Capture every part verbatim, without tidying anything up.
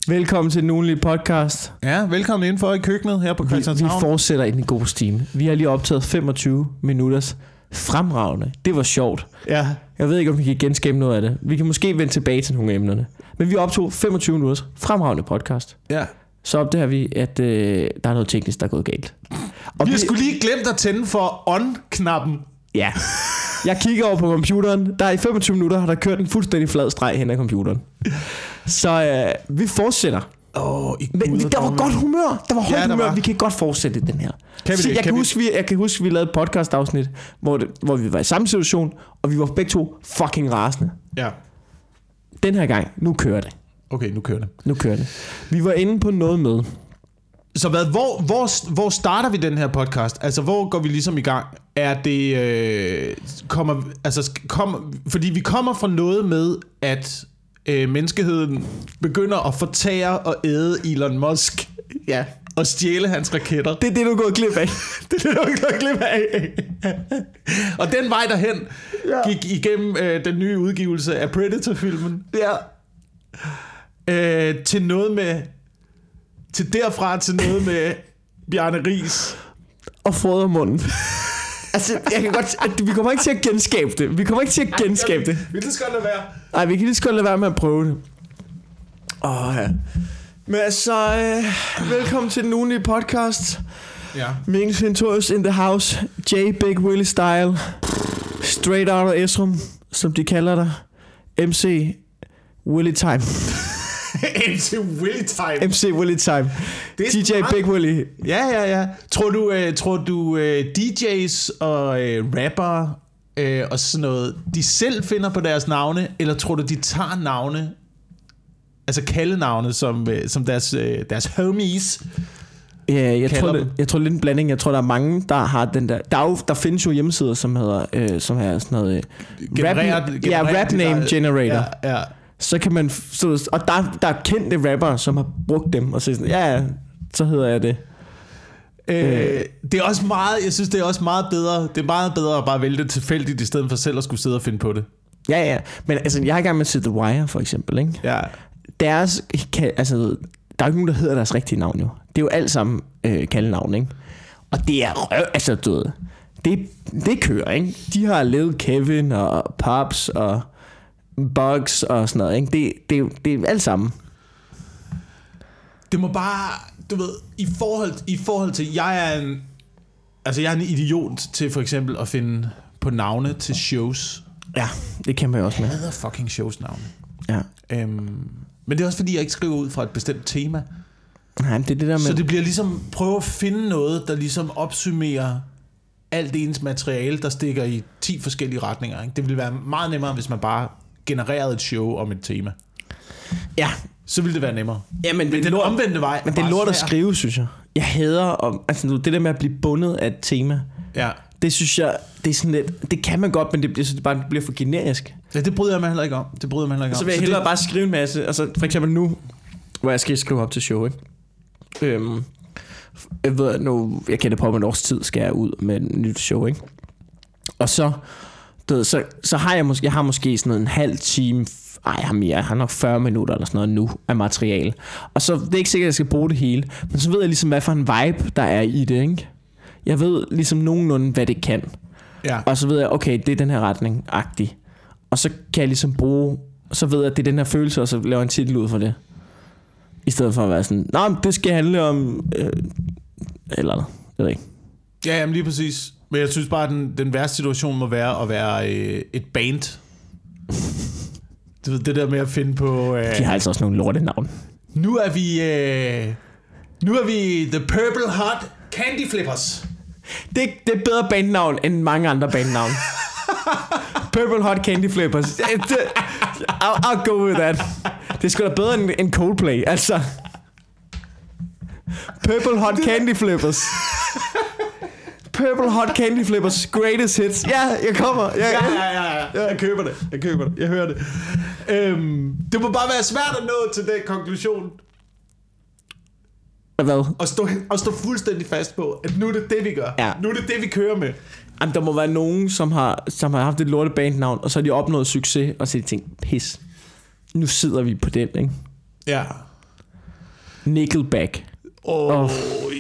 Velkommen til den ugenlige podcast. Ja, velkommen indenfor i køkkenet her på Christianshavn. Vi, vi fortsætter i den gode stime. Vi har lige optaget femogtyve minutters fremragende. Det var sjovt. Ja. Jeg ved ikke, om vi kan genskabe noget af det. Vi kan måske vende tilbage til nogle af emnerne. Men vi optog femogtyve minutters fremragende podcast. Ja. Så opdager vi, at øh, der er noget teknisk, der er gået galt. Og vi har sgu lige glemt at tænde for on-knappen. Ja. Jeg kigger over på computeren. Der er i femogtyve minutter, har der kørt en fuldstændig flad streg hen ad computeren. Så øh, vi fortsætter. Oh, Men der var godt humør. Der var højt ja, humør. Var. Vi kan godt fortsætte den her. Kan vi Så det? jeg, kan kan huske, vi, jeg kan huske, vi lavede et podcast-afsnit, hvor, det, hvor vi var i samme situation, og vi var begge to fucking rasende. Ja. Den her gang, nu kører det. Okay, nu kører det. Nu kører det. Vi var inde på noget med. Så hvad, hvor, hvor, hvor starter vi den her podcast? Altså, hvor går vi ligesom i gang? Er det... Øh, kommer, altså, kom, fordi vi kommer fra noget med, at øh, menneskeheden begynder at fortære og æde Elon Musk. Ja. Og stjæle hans raketter. Det er det, du er gået glip af. Det er det, du er gået glip af. Og den vej derhen ja. gik igennem øh, den nye udgivelse af Predator-filmen. Ja. Øh, til noget med... Til derfra til noget med Bjarne Riis. Og Frodermunden. Altså, jeg kan godt... Vi kommer ikke til at genskabe det. Vi kommer ikke til at genskabe Ej, det. Vi kan lige så godt lade være. Nej, vi kan lige så godt lade være med at prøve det. Åh, oh, ja. Men altså, øh, velkommen til den ugenlige podcast. Ja. Mikkel Sventorius in the house. J. Big Willie Style. Straight out of Esrum, som de kalder dig. M C Willie Time. M C Willie Time. M C Willie Time. D J Big Willie. Ja, ja, ja. Tror du, uh, tror du uh, D J's og uh, rapper uh, og sådan noget, de selv finder på deres navne, eller tror du, de tager navne, altså kaldenavne, som, uh, som deres, uh, deres homies? Ja, jeg tror, det, jeg tror lidt en blanding. Jeg tror, der er mange, der har den der... Der, er jo, der findes jo hjemmesider, som hedder øh, som er sådan noget... Øh, genereret, rap, genereret, ja, rap name der, generator. Ja, ja. Så kan man... Så, og der, der er kendte rapper, som har brugt dem, og så sådan, ja, så hedder jeg det. Øh, det er også meget... Jeg synes, det er også meget bedre... Det er meget bedre at bare vælge det tilfældigt, i stedet for selv at skulle sidde og finde på det. Ja, ja. Men altså, jeg har i gang med at se The Wire, for eksempel, ikke? Ja. Deres... Kan, altså, der er jo ikke nogen, der hedder deres rigtige navn, jo. Det er jo alt sammen øh, kaldenavn, ikke? Og det er røv... Altså, du ved... Det, det kører, ikke? De har lavet Kevin og Pops og Bugs og sådan noget, ikke? Det, det, det er alt sammen. Det må bare... Du ved, i forhold, i forhold til... Jeg er en... Altså, jeg er en idiot til for eksempel at finde på navne til shows. Ja, det kan man jo også med. Jeg hader fucking shows navne. Ja. Øhm, men det er også fordi, jeg ikke skriver ud fra et bestemt tema. Nej, det er det der med... Så det bliver ligesom... Prøve at finde noget, der ligesom opsummerer alt ens materiale, der stikker i ti forskellige retninger. Ikke? Det ville være meget nemmere, hvis man bare genererede et show om et tema. Ja. Så ville det være nemmere. Ja, men, men den lort, omvendte vej... Men det er lort at skrive, synes jeg. Jeg hader om... Altså, det der med at blive bundet af et tema. Ja. Det synes jeg... Det er sådan lidt... Det kan man godt, men det, det, bare, det bliver for generisk. Ja, det bryder jeg mig heller ikke om. Det bryder jeg mig heller ikke om. Så vil jeg hellere det... bare skrive en masse... Altså, for eksempel nu, hvor jeg skal skrive op til show, ikke? Øhm, jeg ved, nu... Jeg kender på, om et års tid skal jeg ud med et nyt show, ikke? Og så... Du ved, så, så har jeg måske... Jeg har måske sådan en halv time... Ej, jeg har mere. Jeg har nok fyrre minutter eller sådan noget nu af materiale. Og så det er ikke sikkert, at jeg skal bruge det hele. Men så ved jeg ligesom, hvad for en vibe, der er i det, ikke? Jeg ved ligesom nogenlunde, hvad det kan. Ja. Og så ved jeg, okay, det er den her retning-agtig. Og så kan jeg ligesom bruge... Så ved jeg, at det er den her følelse, og så laver jeg en titel ud for det. I stedet for at være sådan, nej, det skal handle om... Øh, eller noget. Jeg ved ikke. Ja, jamen lige præcis. Men jeg synes bare, at den, den værste situation må være at være øh, et band. Du ved, det der med at finde på... Øh, De har altså også nogle lortenavn. Nu er vi... Øh, nu er vi The Purple Hot Candy Flippers. Det, det er bedre bandnavn end mange andre bandnavn. Purple Hot Candy Flippers. I'll, I'll go with that. Det er sgu da bedre end, end Coldplay, altså. Purple Hot Candy Flippers. Purple Hot Candy Flippers greatest hits. Ja, jeg kommer. Jeg, ja, ja, ja, ja. Jeg køber det. Jeg køber det. Jeg hører det. Øhm, det må bare være svært at nå til den konklusion. Hvad? Og stå, og stå fuldstændig fast på, at nu er det det, vi gør. Ja. Nu er det det, vi kører med. Jamen, der må være nogen, som har, som har haft et lorte bandnavn, og så har de opnået succes, og så har de tænkt, pis, nu sidder vi på den, ikke? Ja. Nickelback. Åh, oh.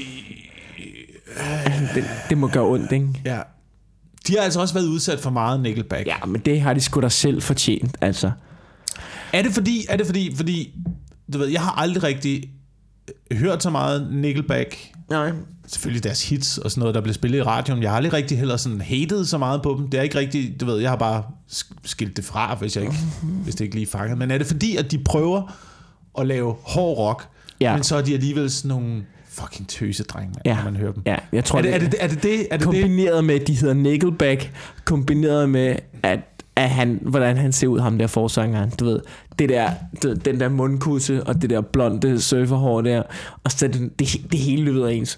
det, det må gøre ondt, ikke? Ja. De har altså også været udsat for meget Nickelback. Ja, men det har de sgu da selv fortjent, altså. Er det fordi, er det fordi, fordi, du ved, jeg har aldrig rigtig hørt så meget Nickelback. Nej. Selvfølgelig deres hits og sådan noget, der bliver spillet i radioen. Jeg har aldrig rigtig heller sådan hated så meget på dem. Det er ikke rigtig, du ved, jeg har bare skilt det fra, hvis jeg ikke, hvis det ikke lige fanger. Men er det fordi, at de prøver at lave hård rock, ja. Men så er de alligevel sådan nogle fucking tøsedrenge, ja. Når man hører dem. Ja, jeg tror, er det, er det, er det, det, er det kombineret det? med, at de hedder Nickelback, kombineret med, at, at han, hvordan han ser ud, ham der forsangeren, du ved, det der, det, den der mundkusse, og det der blonde surferhår der, og så det, det, det hele lyder ens.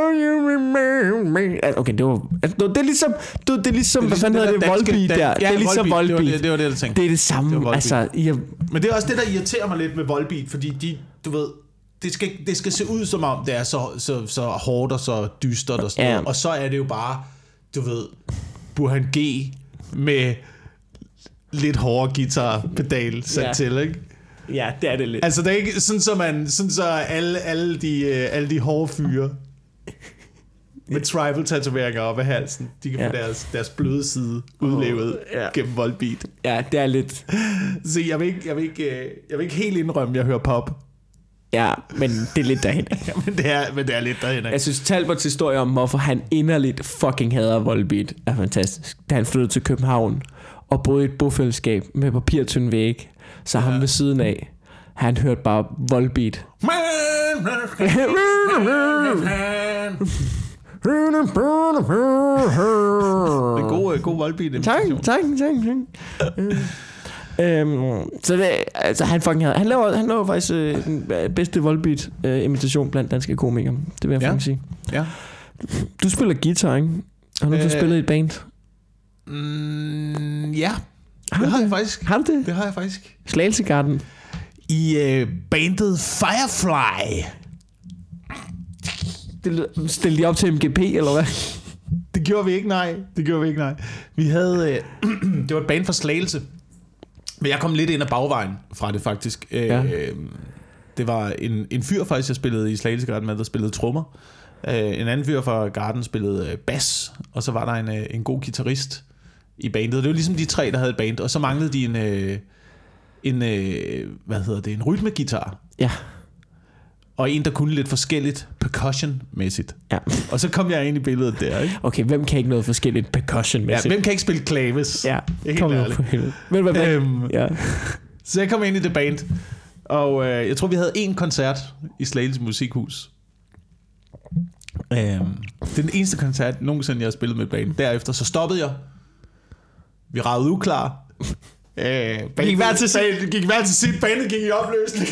Okay, det var, det er ligesom, det er ligesom, hvad fanden hedder det, Volbeat der, det er ligesom Volbeat. Det, det var det, jeg tænkte. Det er det samme, det altså. Jeg... Men det er også det, der irriterer mig lidt med Volbeat, fordi de, du ved, det skal, det skal se ud som om det er så, så, så hårdt og så dystert og sådan ja. Noget. Og så er det jo bare, du ved, Burhan G med lidt hårdere guitarpedal sat ja. Til, ikke? Ja, det er det lidt. Altså det er ikke sådan så man, sådan så alle alle de alle de hårde fyre med tribal tatoveringer op ad halsen, de kan ja. Få deres deres bløde side udlevet oh, ja. Gennem Volbeat. Ja, det er lidt. Så jeg vil ikke jeg vil ikke jeg vil ikke helt indrømme, jeg hører pop. Ja, men det er lidt derhen. Ja, men det er, men det er lidt derhen. Jeg synes, Talbots historie om, hvorfor han inderligt fucking hader Volbeat, er fantastisk. Da han flyttede til København og boede i et bofællesskab med papirtynd væg, så ja. Ham ved siden af, han hørte bare Volbeat. Det er god, god Volbeat. Tak, tak, tak, tak. Øhm, så det, altså han fucking havde, han laver, han laver faktisk øh, den bedste Volbeat øh, imitation blandt danske komikere. Det vil jeg ja. Faktisk sige. Ja. Du, du spiller guitar, ikke? Har du øh, spillet i et band? Mm, ja. Har det har jeg faktisk. Har du det? Det har jeg faktisk. Slagelsegarden. I øh, bandet Firefly. Det stillede de op til M G P eller hvad? Det gjorde vi ikke, nej. Det gjorde vi ikke, nej. Vi havde øh, det var et band fra Slagelse. Men jeg kom lidt ind ad bagvejen fra det faktisk. Ja. Øh, det var en, en fyr faktisk, jeg spillede i Slagelsegarden med, der spillede trommer. Øh, en anden fyr fra Garden spillede øh, bas. Og så var der en, øh, en god guitarist i bandet. Det var ligesom de tre, der havde et band. Og så manglede de en, øh, en øh, hvad hedder det, en rytmegitar. Ja. Og en, der kunne lidt forskelligt percussion-mæssigt. Ja. Og så kom jeg ind i billedet der, ikke? Okay, hvem kan ikke noget forskelligt percussion-mæssigt? Ja, hvem kan ikke spille klaves? Ja, kom nu på helvede. Ved du hvad, øhm, ja. Så jeg kom ind i det band, og øh, jeg tror, vi havde en koncert i Slagelse Musikhus. Øhm, det er den eneste koncert, nogensinde jeg har spillet med et band. Derefter så stoppede jeg. Vi ragede uklar. Øh, gik hver til sit, gik hver til sit, bandet gik i opløsning.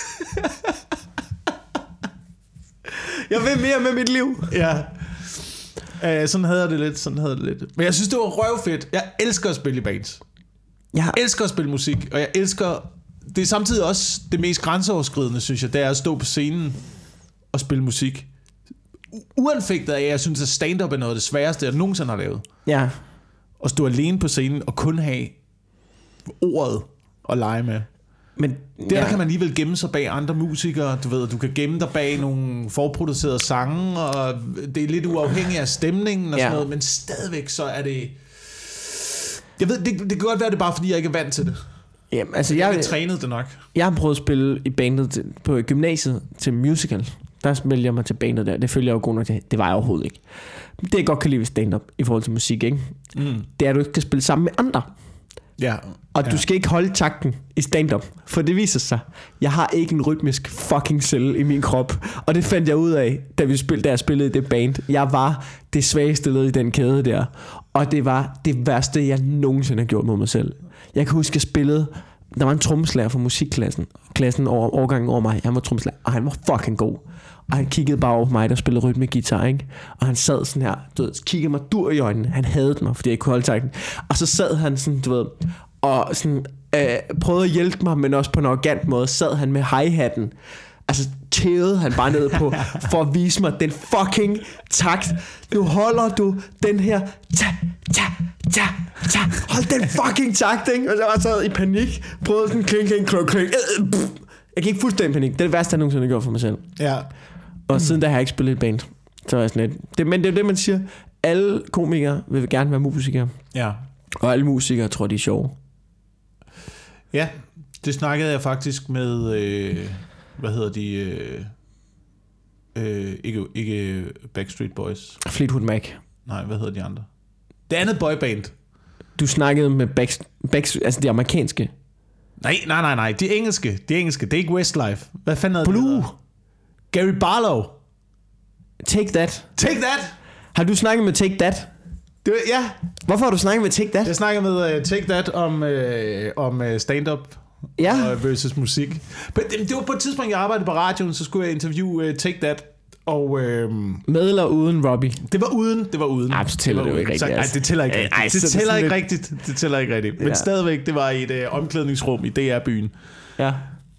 Jeg vil mere med mit liv. Ja. Uh, sådan havde jeg det lidt, sådan havde jeg det lidt. Men jeg synes, det var røvfedt. Jeg elsker at spille i bands. Jeg elsker at spille musik, og jeg elsker... Det er samtidig også det mest grænseoverskridende, synes jeg, det er at stå på scenen og spille musik. Uanfægtet af, at jeg synes, at stand-up er noget af det sværeste, jeg nogensinde har lavet. Ja. At stå alene på scenen og kun have ordet at lege med. Men der ja. Kan man alligevel gemme sig bag andre musikere. Du ved, du kan gemme dig bag nogle forproducerede sange, og det er lidt uafhængigt af stemningen og ja. Sådan noget, men stadigvæk så er det... Jeg ved, det, det kan godt være, det er bare fordi, jeg ikke er vant til det. Jamen, altså, jeg, jeg har ikke trænet det nok. Jeg har prøvet at spille i bandet til, på gymnasiet til musical. Der spillede jeg mig til bandet der. Det følger jeg jo god nok til. Det var jeg overhovedet ikke. Det jeg godt kan lide ved stand-up i forhold til musik, ikke? Mm. Det er, at du ikke kan spille sammen med andre. Ja. Og ja. Du skal ikke holde takten i stand-up, for det viser sig, jeg har ikke en rytmisk fucking celle i min krop. Og det fandt jeg ud af, da, vi spil, da jeg spillede i det band. Jeg var det svageste led i den kæde der. Og det var det værste, jeg nogensinde har gjort mod mig selv. Jeg kan huske, jeg spillede... Der var en trommeslager fra musikklassen. Klassen over, overgangen over mig. Han var trommeslager, og han var fucking god. Og han kiggede bare over på mig, der spillede rytmegitar, ikke? Og han sad sådan her, du ved, kiggede mig dur i øjnene. Han hadede mig, fordi jeg ikke kunne holde takten. Og så sad han sådan, du ved, og sådan, øh, prøvede at hjælpe mig, men også på en arrogant måde, sad han med hi-hatten. Altså tævede han bare ned på, for at vise mig den fucking takt. Nu holder du den her, ta, ta, ta, ta. Hold den fucking takt, ikke? Og så var jeg sad i panik, prøvede sådan kling, kling, kling, kling. Jeg gik fuldstændig panik. Det er det værste, jeg nogensinde har gjort for mig selv. Ja. Og mm. siden da har jeg ikke spillet et band. Så er jeg sådan lidt. Det, men det er det, man siger. Alle komikere vil gerne være musikere. Ja. Og alle musikere tror, de er sjove. Ja, det snakkede jeg faktisk med, øh, hvad hedder de, øh, øh, ikke, ikke Backstreet Boys. Fleetwood Mac. Nej, hvad hedder de andre? Det andet boyband. Du snakkede med back, back, altså de amerikanske. Nej, nej, nej, nej, de engelske, de engelske, det er ikke Westlife. Hvad fanden er det? Blue. Gary Barlow. Take That. Take That. Har du snakket med Take That? Det, ja. Hvorfor har du snakket med Take That? Jeg snakker med uh, Take That om, uh, om uh, stand-up ja. og versus musik. Men det, det var på et tidspunkt, jeg arbejdede på radioen, så skulle jeg interviewe uh, Take That. Og, uh, med eller uden Robbie? Det var uden, det var uden. Ej, så tæller det, det jo ikke rigtigt. Nej, det tæller ikke rigtigt. Ej, det tæller ikke lidt... rigtigt. Det tæller ikke rigtigt. Men ja. stadigvæk, det var i et uh, omklædningsrum i D R-byen. Ja.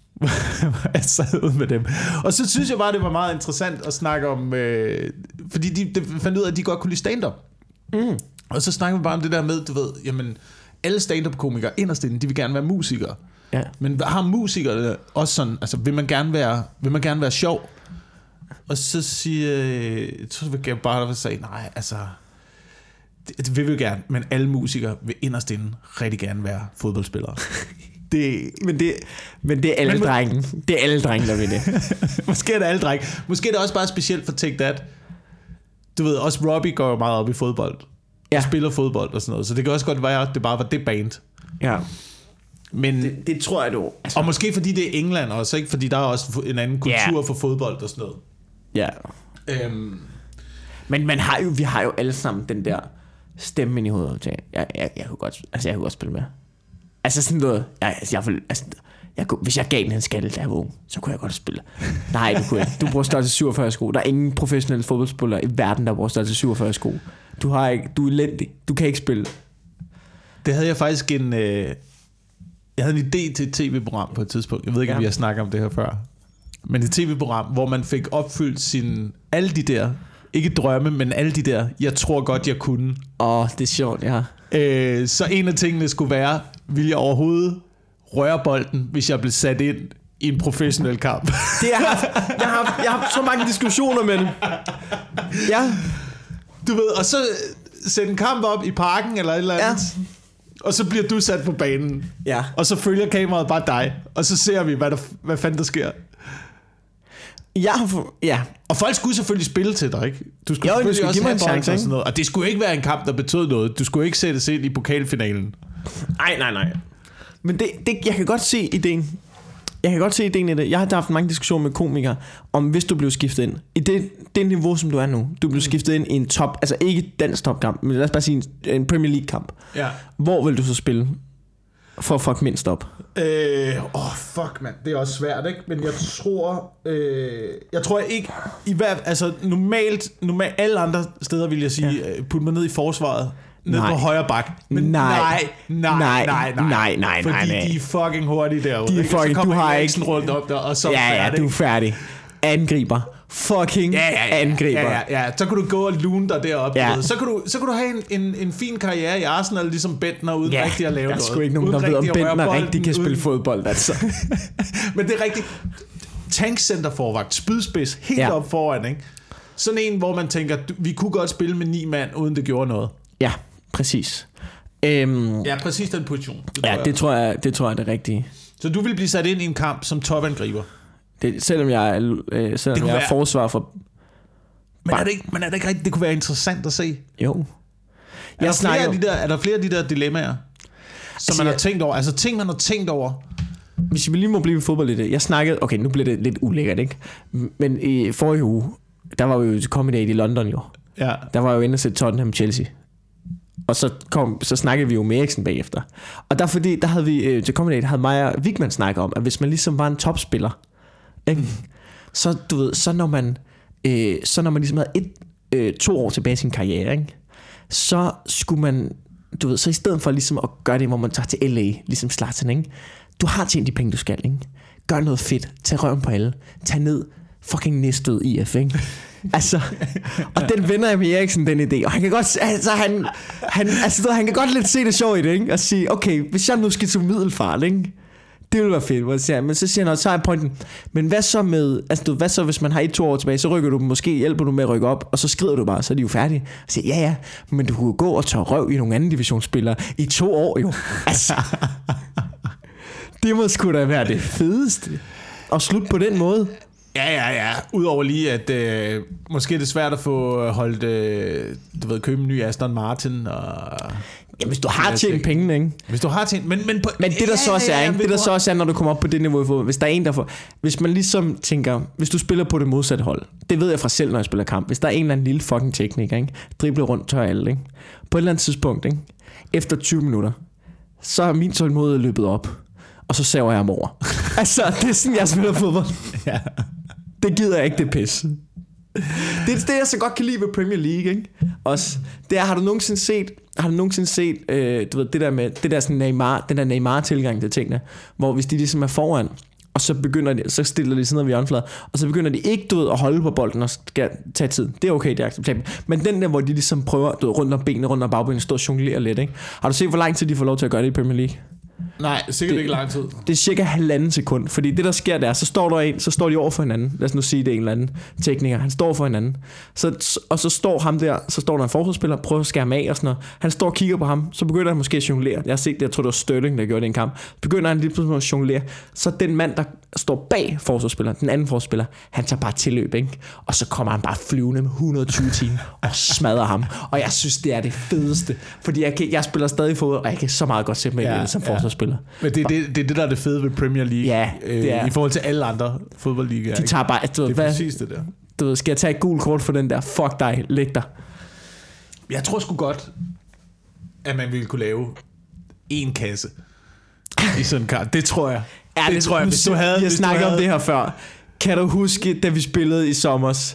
Jeg sad ud med dem. Og så synes jeg bare, det var meget interessant at snakke om, øh, fordi de, de fandt ud af, at de godt kunne lide stand-up. Mm. Og så snakker vi bare om det der med, du ved, jamen, alle stand-up-komikere inderst inde, de vil gerne være musikere. Ja. Men har musikere også sådan, altså vil man gerne være, vil man gerne være sjov? Og så siger jeg, så vil jeg bare sige, nej, altså, det, det vil vi jo gerne, men alle musikere vil inderst inde rigtig gerne være fodboldspillere. Det, men, det, men det er alle drenge. Det er alle drenge, der vil det. Måske er det alle drenge. Måske er det også bare specielt for Take That. Du ved, også Robbie går jo meget op i fodbold. Ja. Og spiller fodbold og sådan noget. Så det kan også godt være, at det bare var det band. Ja. Men, det, det tror jeg du. Altså. Og måske fordi det er England også, ikke? Fordi der er også en anden kultur yeah. for fodbold og sådan noget. Ja. Øhm. Men man har jo, vi har jo alle sammen den der stemme i hovedet. Jeg, jeg, jeg, jeg, kunne godt, altså jeg kunne godt spille med. Altså sådan noget, jeg, jeg, jeg, altså, jeg, hvis jeg gav den en skalle, da jeg var ung, så kunne jeg godt spille. Nej, du kunne ikke. Du bruger størrelse syvogfyrre sko. Der er ingen professionelle fodboldspillere i verden, der bruger størrelse syvogfyrre sko. Du har ikke, du er elendig. Du kan ikke spille. Det havde jeg faktisk en, øh, jeg havde en idé til et tv-program på et tidspunkt. Jeg ved ikke, ja. om vi har snakket om det her før. Men et tv-program, hvor man fik opfyldt sin, alle de der, ikke drømme, men alle de der, jeg tror godt, jeg kunne. Åh, oh, det er sjovt, ja. Øh, så en af tingene skulle være, vil jeg overhovedet røre bolden, hvis jeg blev sat ind i en professionel kamp? Det jeg har, jeg har, jeg har så mange diskussioner med det. Ja. Du ved, og så sætte en kamp op i parken eller et eller andet. Ja. Og så bliver du sat på banen. Ja. Og så følger kameraet bare dig. Og så ser vi, hvad, der, hvad fanden der sker. Jeg har for, ja. Og folk skulle selvfølgelig spille til dig, ikke? Du skulle jo, selvfølgelig også have en chance, og sådan noget. Og det skulle ikke være en kamp, der betød noget. Du skulle ikke sættes ind i pokalfinalen. Nej, nej, nej. Men det, det, jeg kan godt se ideen. Jeg kan godt se ideen i det. Jeg har haft mange diskussioner med komikere om, hvis du blev skiftet ind i det, det niveau, som du er nu. Du blev skiftet ind i en top, altså ikke dansk topkamp, men lad os bare sige en, en Premier League kamp. Ja. Hvor vil du så spille? For at fuck mindst op. Øh, åh, oh, fuck, mand. Det er også svært, ikke? Men jeg tror... Øh, jeg tror ikke... I hvert, altså, normalt... Normalt alle andre steder, vil jeg sige... Ja. Putte mig ned i forsvaret. Ned nej. på højre bak. Men nej, nej, nej, nej, nej. nej, nej fordi nej. de er fucking hurtige derude. De er fucking... Så du har ikke... rundt op der, og så ja, ja, færdig. du er færdig. Angriber. Fucking ja, ja, ja, angriber. Ja, ja, ja. Så kan du gå og lune dig deroppe. Ja. Så, kan du, så kan du have en, en, en fin karriere i Arsenal, ligesom Bentner, uden ja, rigtig at lave noget. Der er sgu ikke nogen, der ved, om Bentner rigtig kan uden... spille fodbold, altså. Men det er rigtigt. Tankcenterforvagt, spydspids, helt ja. op foran, ikke? Sådan en, hvor man tænker, vi kunne godt spille med ni mand, uden det gjorde noget. Ja, præcis. Øhm, ja, præcis den position. Det ja, tror det tror, jeg, det tror jeg er det rigtige. Så du vil blive sat ind i en kamp som topangriber? Det, selvom jeg er, øh, selvom jeg er være... forsvar for... Men er, det ikke, men er det ikke rigtigt, det kunne være interessant at se? Jo. Er, jeg der flere af de der, er der flere af de der dilemmaer, som altså, man har tænkt over? Altså ting, man har tænkt over? Hvis vi lige må blive i fodbold i det. Jeg snakkede... Okay, nu bliver det lidt ulækkert, ikke? Men i forrige uge, der var vi jo til Comedy Aid i London, jo. Ja. Der var jo inde og sætte Tottenham Chelsea. Og så, kom, så snakkede vi jo med Eriksen bagefter. Og der, fordi, der havde vi øh, til Comedy Aid, havde mig og Vigman snakket om, at hvis man ligesom var en topspiller, ikke? Så du ved, så når man øh, så når man ligesom havde et, øh, to år tilbage i sin karriere, ikke? Så skulle man, du ved, så i stedet for ligesom at gøre det, hvor man tager til L A, ligesom Zlatan, ikke? Du har tjent de penge, du skal, ikke? Gør noget fedt, tag røven på alle, tag ned, fucking Næstved I F, ikke? Altså, og den vender jeg med Eriksen, den idé. Og han kan godt, altså han, han, altså, han kan godt lidt se det sjovt i det, ikke? Og sige, okay, hvis jeg nu skal til Middelfart, ikke? Det ville være fedt, hvor jeg siger, men så siger han også, så er pointen, men hvad så med, altså du, hvad så hvis man har et to år tilbage, så rykker du måske, hjælper du med at rykke op, og så skrider du bare, så er de jo færdige. Og siger, ja ja, men du kunne gå og tørre røv i nogle anden divisionsspillere i to år jo. Altså, det må sgu da være det fedeste. Og slut på den måde. Ja, ja, ja. Udover lige, at øh, måske er det svært at få holdt, øh, du ved, købe en ny Aston Martin og... Ja, hvis du har tjent pengene, ikke? Hvis du har tjent... Men, men, på, men det der så også er, ikke? Det der så også er, når du kommer op på det niveau i fodbold. Hvis der er en, der får... Hvis man ligesom tænker... Hvis du spiller på det modsatte hold. Det ved jeg fra selv, når jeg spiller kamp. Hvis der er en eller anden lille fucking tekniker, ikke? Dribler rundt, tør alle, ikke? På et eller andet tidspunkt, ikke? Efter tyve minutter, så er min tålmodighed løbet op. Og så saver jeg ham over. Altså, det er sådan, jeg spiller fodbold. Ja. Det gider jeg ikke, det pis. Det er det, jeg så godt kan lide ved Premier League, ikke? Også, det er, har du nogensinde set, har du nogensinde set, øh, du ved, det der med, det der sådan Neymar, den der Neymar-tilgang til tingene, hvor hvis de ligesom er foran, og så begynder de, så stiller de sådan noget ved hjørnefladen, og så begynder de ikke, du ved, at holde på bolden og skal tage tid. Det er okay, det er acceptabelt. Men den der, hvor de ligesom prøver, du ved, rundt om benene, rundt om bagbenene, står og jonglerer lidt, ikke? Har du set, hvor lang tid de får lov til at gøre det i Premier League? Nej, sikkert det, ikke lang tid. Det er cirka halvanden sekund. Fordi det der sker der, så står der en, så står de over for hinanden. Lad os nu sige, det er en eller anden tekniker. Han står for hinanden. Så, og så står ham der, så står der en forsvarsspiller, prøver at skære ham af og sådan noget. Han står og kigger på ham, så begynder han måske at jonglere. Jeg har set det, jeg tror det var Sterling, der gjorde det i en kamp. Så begynder han lige pludselig at jonglere. Så den mand, der står bag forsvarsspilleren, den anden forsvarsspiller, han tager bare tilløb, ikke? Og så kommer han bare flyvende med et hundrede og tyve timer og smadrer ham. Og jeg synes, det er det fedeste. Fordi jeg, kan, jeg spiller stadig fodbold, og jeg kan så meget godt sætte mig ja, som ja. forsvarsspiller. Men det er det, det, det, der er det fede ved Premier League, ja, det er. Øh, i forhold til alle andre fodboldligaer. De tager bare, du ved, det er hvad, præcis det der. Du ved, skal jeg tage et gult kort for den der? Fuck dig, læg dig. Jeg tror sgu godt, at man ville kunne lave en kasse i sådan en kart. Det tror jeg. Ja, det, det tror jeg. Hvis du havde, jeg snakkede havde... om det her før. Kan du huske, da vi spillede i sommers?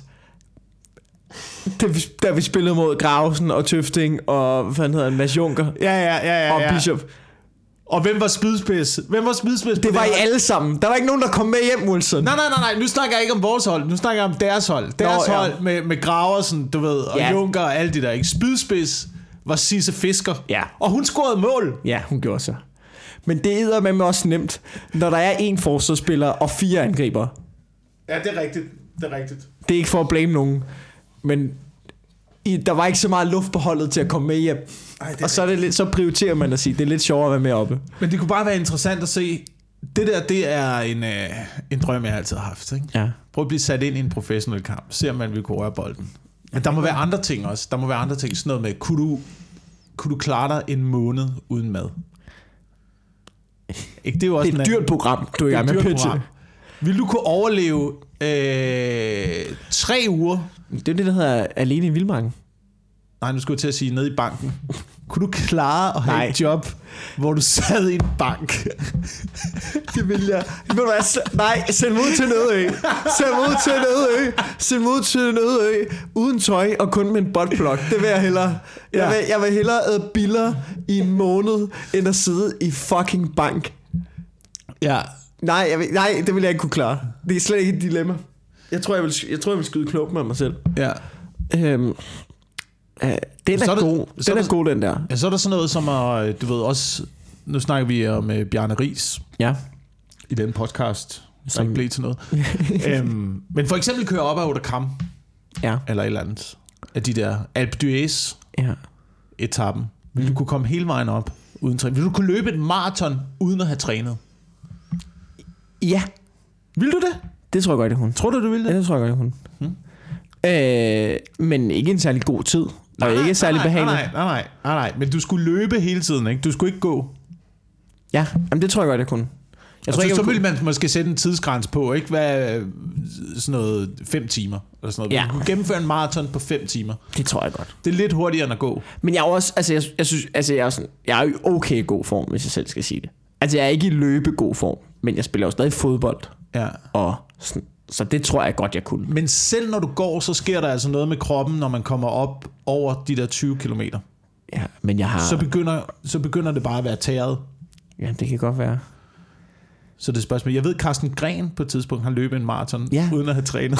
Da vi, da vi spillede mod Gravesen og Tøfting og hvad hedder han, Mads Juncker. Ja, ja, ja, ja, og ja. Bishop. Og hvem var spydspids? Hvem var spydspids? Det var I alle sammen. Der var ikke nogen, der kom med hjem, Wilson. Nej, nej, nej, nej. Nu snakker jeg ikke om vores hold. Nu snakker jeg om deres hold. Deres Nå, hold ja. med, med Graversen, du ved, og ja. Juncker og alle de der. Ikke? Spydspids var Sisse Fisker. Ja. Og hun scorede mål. Ja, hun gjorde så. Men det er med mig også nemt, når der er én forsvarsspiller og fire angriber. Ja, det er rigtigt. Det er rigtigt. Det er ikke for at blame nogen, men i, der var ikke så meget luft på holdet til at komme med hjem. Ej, og så, er det lidt, så prioriterer man at sige, det er lidt sjovere at være med oppe. Men det kunne bare være interessant at se. Det der, det er en, øh, en drøm, jeg altid har haft. Ikke? Ja. Prøv at blive sat ind i en professionel kamp. Se om man vil kunne røre bolden. Men der må være andre ting også. Der må være andre ting. Sådan noget med, kunne du, kunne du klare dig en måned uden mad? Ikke, det er jo også det er et dyrt program, du er i gang med pitche. Vil du kunne overleve øh, tre uger? Det er det, der hedder alene i vildmarken. Nej, nu skulle jeg til at sige nede i banken. Kunne du klare at have Nej. et job, hvor du sad i en bank? Det vil jeg. Nej, send mig ud til Nødø. Send mig ud til Nødø. Send mig ud til Nødø. Uden tøj og kun med en buttplug. Det vil jeg hellere. Jeg vil, jeg vil hellere æde biller i en måned, end at sidde i fucking bank. Ja. Nej, jeg vil, nej, det vil jeg ikke kunne klare. Det er slet ikke et dilemma. Jeg tror, jeg vil, jeg tror, jeg vil skyde klogt med mig selv. Ja. Øhm, øh, den er, er god. Den er, er god, den der. Ja, så er der sådan noget som, at, du ved også, nu snakker vi om uh, Bjarne Riis. Ja. I den podcast, som ikke blev til noget. øhm, men for eksempel køre op af Otakam. Ja. Eller et eller andet. Af de der Alpe d'Huez. Ja. Etappen. Vil du kunne komme hele vejen op uden træning? Vil du kunne løbe et maraton uden at have trænet? Ja. Vil du det? Det tror jeg godt, det hun. Tror du, du vil det? Ja, det tror jeg godt, det hun. Hmm. Øh, men ikke en særlig god tid. Nej, og nej, ikke særlig nej, behageligt. Nej, nej, nej, nej, nej. Men du skulle løbe hele tiden, ikke? Du skulle ikke gå. Ja, jamen det tror jeg godt, jeg kunne. Jeg tror så, ikke, så jeg ville man måske sætte en tidsgrænse på, ikke? Hvad, sådan noget fem timer eller sådan noget. Ja. Du kunne gennemføre en maraton på fem timer. Det tror jeg godt. Det er lidt hurtigere end at gå. Men jeg er også, altså jeg, jeg synes, altså jeg er sådan, jeg er jo okay i god form, hvis jeg selv skal sige det. Altså jeg er ikke i løbegod form, men jeg spiller jo stadig fodbold. Ja. Og sådan, så det tror jeg godt, jeg kunne. Men selv når du går, så sker der altså noget med kroppen, når man kommer op over de der tyve kilometer. Ja, men jeg har... Så begynder, så begynder det bare at være tæret. Ja, det kan godt være. Så det er spørgsmål. Jeg ved, Carsten Gren på et tidspunkt har løbet en maraton, ja. uden at have trænet.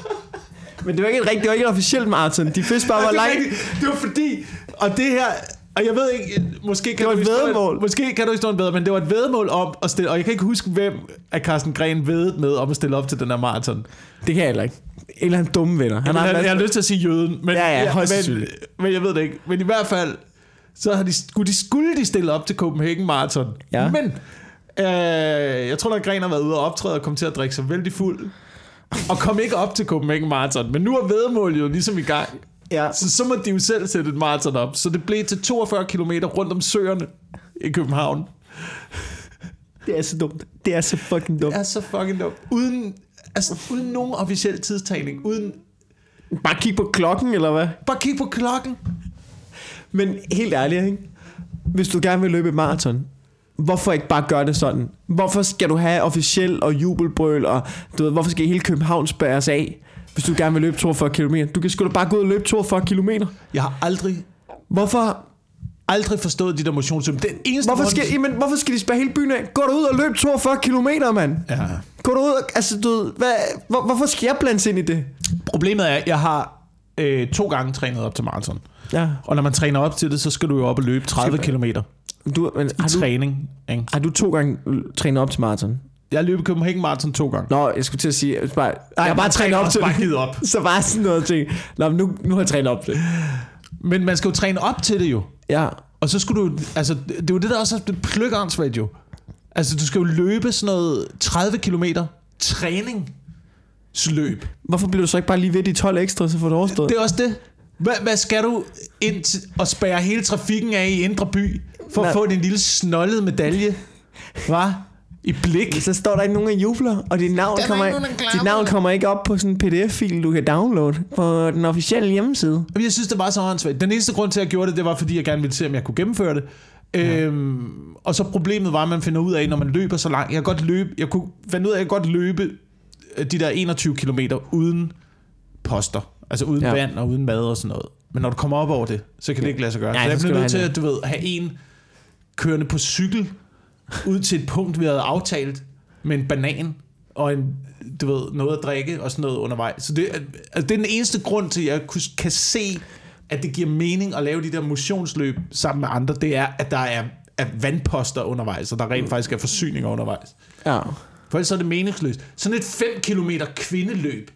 Men det var ikke et rigtigt, det var ikke et officielt maraton. De første bare var langt. Det var fordi, og det her, Og jeg ved ikke, måske kan, det var du et væddemål. Måske kan du ikke stå en bedre, men det var et væddemål om at stille, og jeg kan ikke huske, hvem af Carsten Gren væddet med om at stille op til den her maraton. Det kan jeg heller ikke. En eller anden dumme venner. Han har, jeg, jeg har lyst til at sige jøden, men, ja, ja, men, men jeg ved det ikke. Men i hvert fald, så har de, skulle, de, skulle de stille op til Copenhagen Marathon. Ja. Men øh, jeg tror, at Gren har været ude og optræde og kom til at drikke sig vældig fuld. Og kom ikke op til Copenhagen Marathon. Men nu er væddemålet jo ligesom i gang. Ja. Så, så må de jo selv sætte et maraton op. Så det blev til toogfyrre kilometer rundt om søerne i København. Det er så dumt. Det er så fucking dumt. Det er så fucking dumt. Uden, altså, uden nogen officiel tidstagning. Uden... Bare kig på klokken, eller hvad? Bare kig på klokken. Men helt ærligt, ikke? Hvis du gerne vil løbe et maraton, hvorfor ikke bare gøre det sådan? Hvorfor skal du have officiel og jubelbrøl, og du ved, hvorfor skal hele København spærres af, hvis du gerne vil løbe toogfyrre kilometer? Du kan sgu da bare gå ud og løbe toogfyrre kilometer. Jeg har aldrig, Hvorfor, aldrig forstået de der motionsløb. Den eneste hvorfor, skal, jamen, hvorfor skal de spærre hele byen af? Gå derud og løb toogfyrre kilometer, mand. Ja. Gå derud og, altså du ved, hvad, hvor, hvorfor skal jeg blandes ind i det? Problemet er, at jeg har øh, to gange trænet op til maraton. Ja. Og når man træner op til det, så skal du jo op og løbe tredive kilometer Du, men, i har, du, træning. Ikke? har du to gange trænet op til maraton? Jeg har løbet Copenhagen Marathon to gange. Nå, jeg skulle til at sige, jeg, bare, jeg har bare trænet op til bare det. op. Så bare sådan noget ting. Nå, men nu, nu har jeg trænet op til det. Men man skal jo træne op til det jo. Ja. Og så skulle du, altså det er jo det der også er pløkkernsvægt jo. Altså du skal jo løbe sådan noget tredive kilometer træningsløb. Hvorfor bliver du så ikke bare lige ved de tolv ekstra, så får du overstået? Det er også det. Hvad, hvad skal du ind til at spærre hele trafikken af i Indre By for Nej. at få din lille snollede medalje? Hvad? I blik. Så står der ikke nogen, der jubler, og dit navn, kommer, ikke, dit navn kommer ikke op på sådan en pdf-fil, du kan downloade på den officielle hjemmeside. Jeg synes, det var så åndssvagt. Den eneste grund til, at jeg gjorde det, det var, fordi jeg gerne ville se, om jeg kunne gennemføre det. Ja. Øhm, og så problemet var, at man finder ud af, når man løber så langt. Jeg kan godt løbe, jeg kunne finde ud af, at jeg godt løbe de der enogtyve kilometer uden poster. Altså uden ja. vand og uden mad og sådan noget. Men når du kommer op over det, så kan det ikke lade sig gøre. Ja, så jeg bliver nødt til at du ved, have en kørende på cykel ud til et punkt, vi havde aftalt, med en banan og en, du ved, noget at drikke og sådan noget undervejs. Så det, altså det er den eneste grund til, at jeg kan se, at det giver mening at lave de der motionsløb sammen med andre, det er, at der er, er vandposter undervejs, og der rent faktisk er forsyninger undervejs. Ja. For ellers er det meningsløst. Sådan et fem kilometer kvindeløb.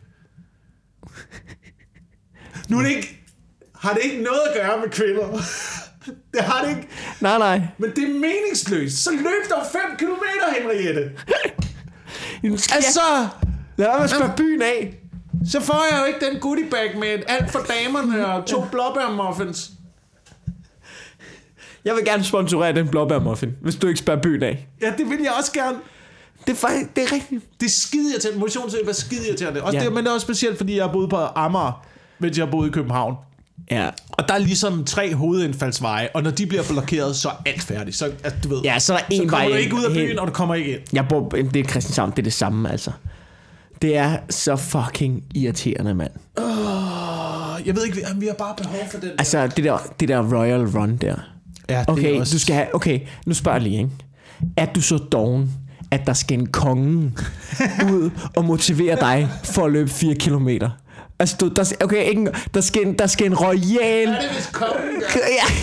Nu er det ikke, har det ikke noget at gøre med kvinder. Det har det ikke. Nej, nej. Men det er meningsløst. Så løb der fem kilometer, Henriette. Altså, lad mig spørge byen af. Så får jeg jo ikke den goodie bag med alt for damerne og to blåbærmuffins. Jeg vil gerne sponsorere den blåbærmuffin, hvis du ikke spørger byen af. Ja, det vil jeg også gerne. Det er faktisk, det er rigtigt. Det er skide irriterende. Motionsløb er skide irriterende. Også Ja. det, men det er også specielt, fordi jeg har boet på Amager, mens jeg har boet i København. Ja. Og der er ligesom tre hovedindfaldsveje, og når de bliver blokeret, så er alt færdigt. Så, altså, du ved, Ja, så er der en så kommer vej du ikke ud af byen, hen. og du kommer ikke ind. Jeg bor, det er Christianshavn, det er det samme, altså. Det er så fucking irriterende, mand. Oh, jeg ved ikke, vi har bare behov for den. Altså, det der, det der Royal Run der. Ja, det Okay, er også... du skal have, okay, nu spørger jeg lige, ikke? Er du så doven, at der skal en konge ud og motivere dig for at løbe fire kilometer? Altså, du, der, okay, ikke, der, skal en, der skal en royal... Ja, det er vist kongen, ja.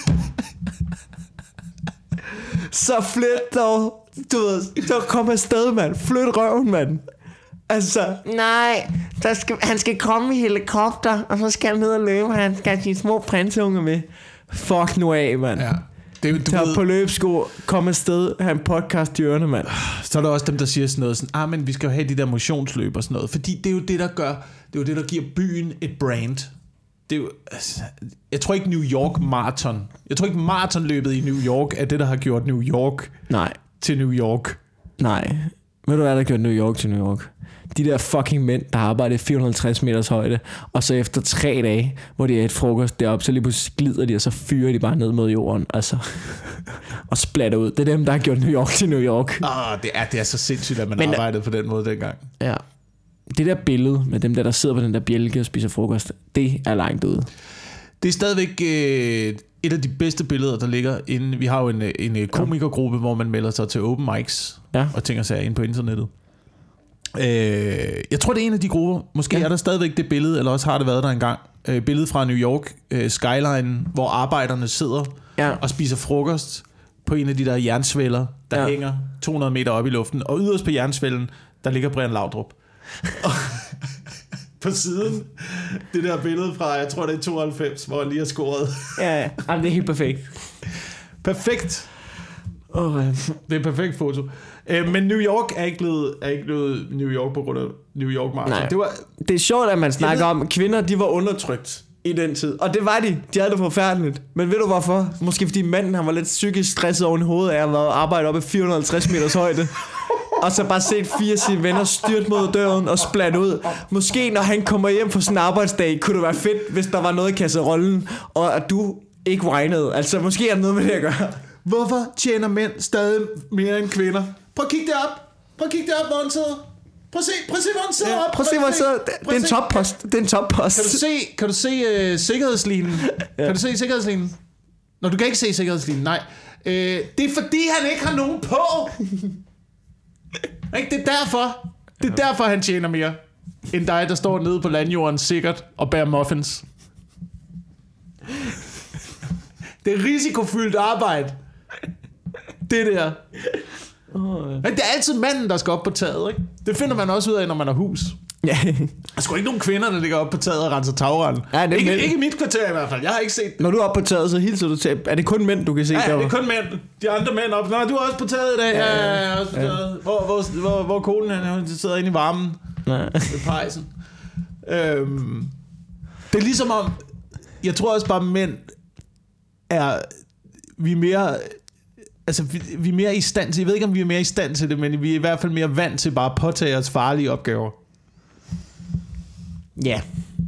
Så flyt dog, du ved, så kom afsted, mand. Flyt røven, mand. Altså, nej, der skal, han skal komme i helikopter, og så skal han ned og løbe, han skal have sine små prinseunge med. Fuck nu af, mand. Ja. Det er jo, du Tag ved, på løbsko, kom afsted, have en podcast i ørene, mand. så er der også dem, der siger sådan noget sådan, ah, men vi skal jo have de der motionsløb og sådan noget, fordi det er jo det, der gør, det er jo det, der giver byen et brand. Det er jo, altså, jeg tror ikke New York Marathon, jeg tror ikke maratonløbet i New York er det, der har gjort New York Nej, til New York. nej. Ved du hvad, der gjorde New York til New York? De der fucking mænd, der har arbejdet fire hundrede og halvtreds meters højde, og så efter tre dage, hvor de er et frokost deroppe, så lige pludselig glider de, og så fyrer de bare ned mod jorden, altså, og splatter ud. Det er dem, der har gjort New York til New York. Ah, det er, det er så sindssygt, at man Men, arbejdede på den måde dengang. Ja. Det der billede med dem der, der sidder på den der bjælke og spiser frokost, det er langt ude. Det er stadigvæk øh, et af de bedste billeder, der ligger inde. Vi har jo en, en komikergruppe, hvor man melder sig til open mics, ja. og tænker sig ind på internettet. Øh, jeg tror, det er en af de grupper. Måske ja. er der stadigvæk det billede, eller også har det været der engang. øh, billede fra New York øh, skyline, hvor arbejderne sidder Ja. og spiser frokost på en af de der jernsvælder, der Ja. hænger to hundrede meter op i luften. Og yderst på jernsvælden, der ligger Brian Laudrup. Og på siden, det der billede fra, jeg tror det er tooghalvfems, hvor han lige har scoret. Ja, ja. Jamen, det er helt perfekt. Perfekt. Oh, uh. Det er et perfekt foto. Øh, men New York er ikke blevet, er ikke blevet New York på grund af New York Marathon. Nej. Det var, Det er sjovt, at man snakker ved- om, at kvinder, de var undertrykt i den tid. Og det var de. De havde det forfærdeligt. Men ved du hvorfor? Måske fordi manden, han var lidt psykisk stresset oven i hovedet af at have arbejdet oppe i fire hundrede og halvtreds meters højde. Og så bare set fire af sine venner styrt mod døren og splat ud. Måske når han kommer hjem på sådan en arbejdsdag, kunne det være fedt, hvis der var noget i kasserollen, og at du ikke regnede. Altså måske er der noget med det at gøre. hvorfor tjener mænd stadig mere end kvinder? Prøv at kigge derop. Prøv at kigge derop, hvor han sidder. Prøv at se, prøv at se, hvor han sidder op. Prøv at se, hvor jeg sidder. Det, det er en toppost. Det er en toppost. Kan du se, kan du se uh, sikkerhedslinjen? Ja. Kan du se sikkerhedslinjen? Nå, du kan ikke se sikkerhedslinjen, nej. Uh, det er fordi, han ikke har nogen på. Ikke? Det er derfor. Det er derfor, han tjener mere end dig, der står nede på landjorden sikkert og bærer muffins. Det er risikofyldt arbejde. Det der. Men det er altid manden, der skal op på taget, ikke? Det finder man også ud af, når man har hus. Ja. Der er sgu ikke nogen kvinder, der ligger op på taget og renser tagrenden. Ja, det er ikke, mænd. ikke i mit kvarter i hvert fald. Jeg har ikke set. Når du er oppe på taget, så hilser du til. Er det kun mænd, du kan se Ja, ja, derovre? det er kun mænd. De andre mænd op. Nå, du er også på taget i dag. Ja, ja, ja, jeg er også på taget. Hvor, hvor, hvor, hvor er konen? Han sidder inde i varmen. Nej. Ved pejsen. Øhm, det er ligesom om, jeg tror også bare, mænd er, vi er mere, altså vi, vi er mere i stand til, jeg ved ikke om vi er mere i stand til det, men vi er i hvert fald mere vant til bare at påtage os farlige opgaver. Ja.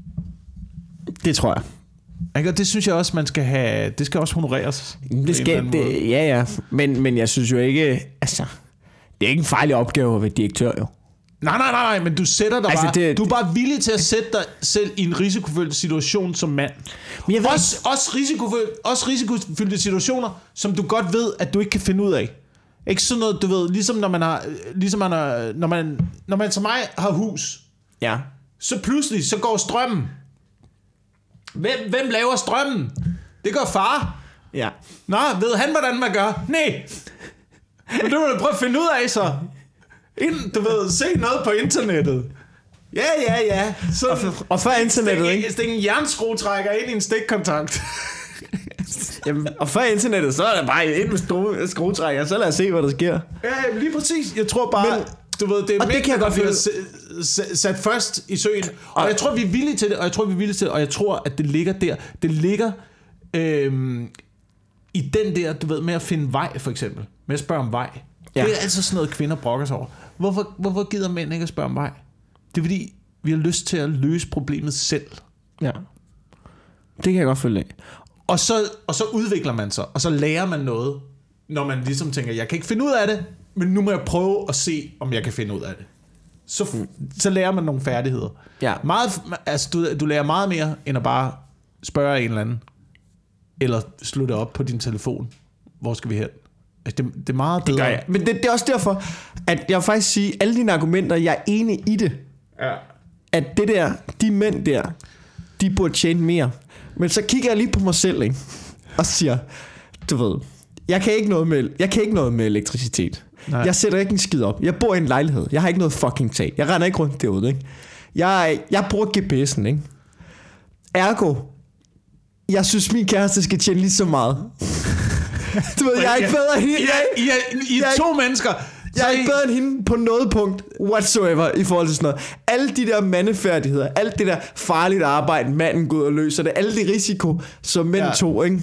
Det tror jeg. Ikke? Og det synes jeg også, man skal have, det skal også honoreres. Det skal, det, ja, ja. Men, men jeg synes jo ikke, altså, det er ikke en farlig opgave at være direktør, jo. Nej, nej, nej, nej, men du sætter dig Altså, bare, det- du er bare villig til at sætte dig selv i en risikofyldt situation som mand. Men jeg ved Også, også, risikofyldt, også risikofyldte situationer, som du godt ved, at du ikke kan finde ud af. Ikke sådan noget, du ved, ligesom når man har, ligesom man har, når man, når man som mig har hus, Ja. så pludselig, så går strømmen. Hvem, hvem laver strømmen? Det gør far. Ja. Nå, ved han, hvordan man gør? Nej. Men det må du prøve at finde ud af, så. Ind, du ved, se noget på internettet. Ja, ja, ja. Så, Og, for, og før internettet, stik, ikke? stik en jernskruetrækker ind i en stikkontakt. Jamen, og før internettet, så er der bare ind med skrue, skruetrækker, så lad os se, hvad der sker. Ja, lige præcis. Jeg tror bare, Men- du ved, det er og det kan jeg godt bliver føle. s- s- sat først i søen. Og, Og- jeg tror, vi er villige til det, og jeg tror, vi er villige til det, og jeg tror, at det ligger der. Det ligger øhm, i den der, du ved, med at finde vej, for eksempel. Med at spørge om vej. Ja. Ja. Det er altid sådan noget, kvinder brokker sig over. Hvorfor, hvorfor gider mænd ikke at spørge om vej? Det er fordi, vi har lyst til at løse problemet selv. Ja. Det kan jeg godt følge af. Og så, og så udvikler man sig, og så lærer man noget, når man ligesom tænker, jeg kan ikke finde ud af det, men nu må jeg prøve at se, om jeg kan finde ud af det. Så, så lærer man nogle færdigheder. Ja. Meget, altså, du, du lærer meget mere, end at bare spørge en eller anden, eller slå det op på din telefon. Hvor skal vi hen? Altså, det, det er meget bedre. Det gør jeg. Men det, det er også derfor, at jeg vil faktisk sige, alle dine argumenter, jeg er enig i det. Ja. At det der, de mænd der, de burde tjene mere. Men så kigger jeg lige på mig selv, ikke? Og siger, du ved, jeg kan ikke noget med, jeg kan ikke noget med elektricitet. Nej. Jeg sætter ikke en skid op. Jeg bor i en lejlighed. Jeg har ikke noget fucking tag. Jeg render ikke rundt derude, ikke? Jeg, jeg bruger G P S'en, ikke? Ergo, jeg synes, min kæreste skal tjene lige så meget. Du ved, jeg er ikke bedre end hende. I er, I er, I er jeg er to mennesker. Jeg er ikke bedre end hende på noget punkt whatsoever i forhold til sådan noget. Alle de der mandefærdigheder, alt det der farligt arbejde, manden går ud og løser det, alle de risiko, som mænd Ja. tog, ikke?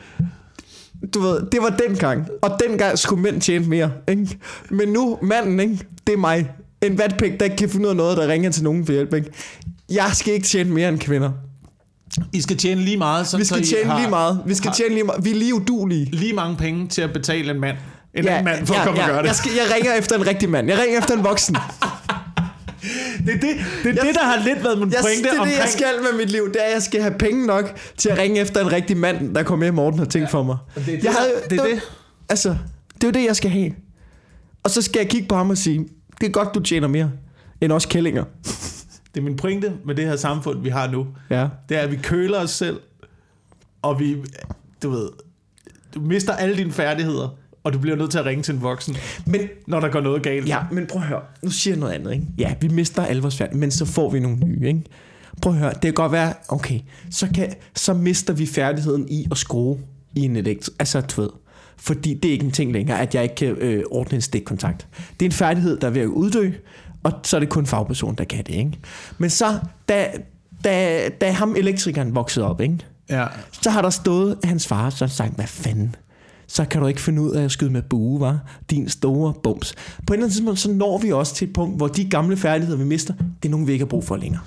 Du ved, det var dengang. Og dengang skulle mænd tjene mere, ikke? Men nu, manden, ikke? Det er mig. En vatpæk, der ikke kan finde ud af noget, der ringer til nogen for hjælp, ikke? Jeg skal ikke tjene mere end kvinder. I skal tjene lige meget. Sådan, Vi skal så I tjene har, lige meget. Vi skal har tjene lige meget. Vi er lige udulige. lige mange penge til at betale en mand. En anden mand for at komme og gøre det. Jeg, skal, jeg ringer efter en rigtig mand. Jeg ringer efter en voksen. Det er det, det, er det der har lidt været min Jeg, pointe det er det, omkring... jeg skal med mit liv. Det er, at jeg skal have penge nok til at ringe efter en rigtig mand, der kommer hjem, Morten har tænkt ja, for mig. Det er det, jeg havde, det, er det. Altså, det er jo det, jeg skal have. Og så skal jeg kigge på ham og sige, det er godt, du tjener mere end os kællinger. det er min pointe med det her samfund, vi har nu. Ja. Det er, at vi køler os selv, og vi, du ved, du mister alle dine færdigheder, og du bliver nødt til at ringe til en voksen, men, når der går noget galt. Ja, men prøv at høre. Nu siger jeg noget andet, ikke? Ja, vi mister alle vores færdigheder, men så får vi nogle nye, ikke? Prøv at høre. Det kan godt være, okay, så, kan, så mister vi færdigheden i at skrue i en elektrik. Altså, du ved. Fordi det er ikke en ting længere, at jeg ikke kan øh, ordne en stikkontakt. Det er en færdighed, der er ved at uddø, og så er det kun en fagperson, der kan det, ikke? Men så, da, da, da ham elektrikeren voksede op, ikke? Ja. Så har der stået hans far, så har sagt, hvad fanden? Så kan du ikke finde ud af at skyde med bue, var din store bums. På en eller anden tidspunkt, så når vi også til et punkt, hvor de gamle færdigheder, vi mister, det er nogen, vi ikke har brug for længere.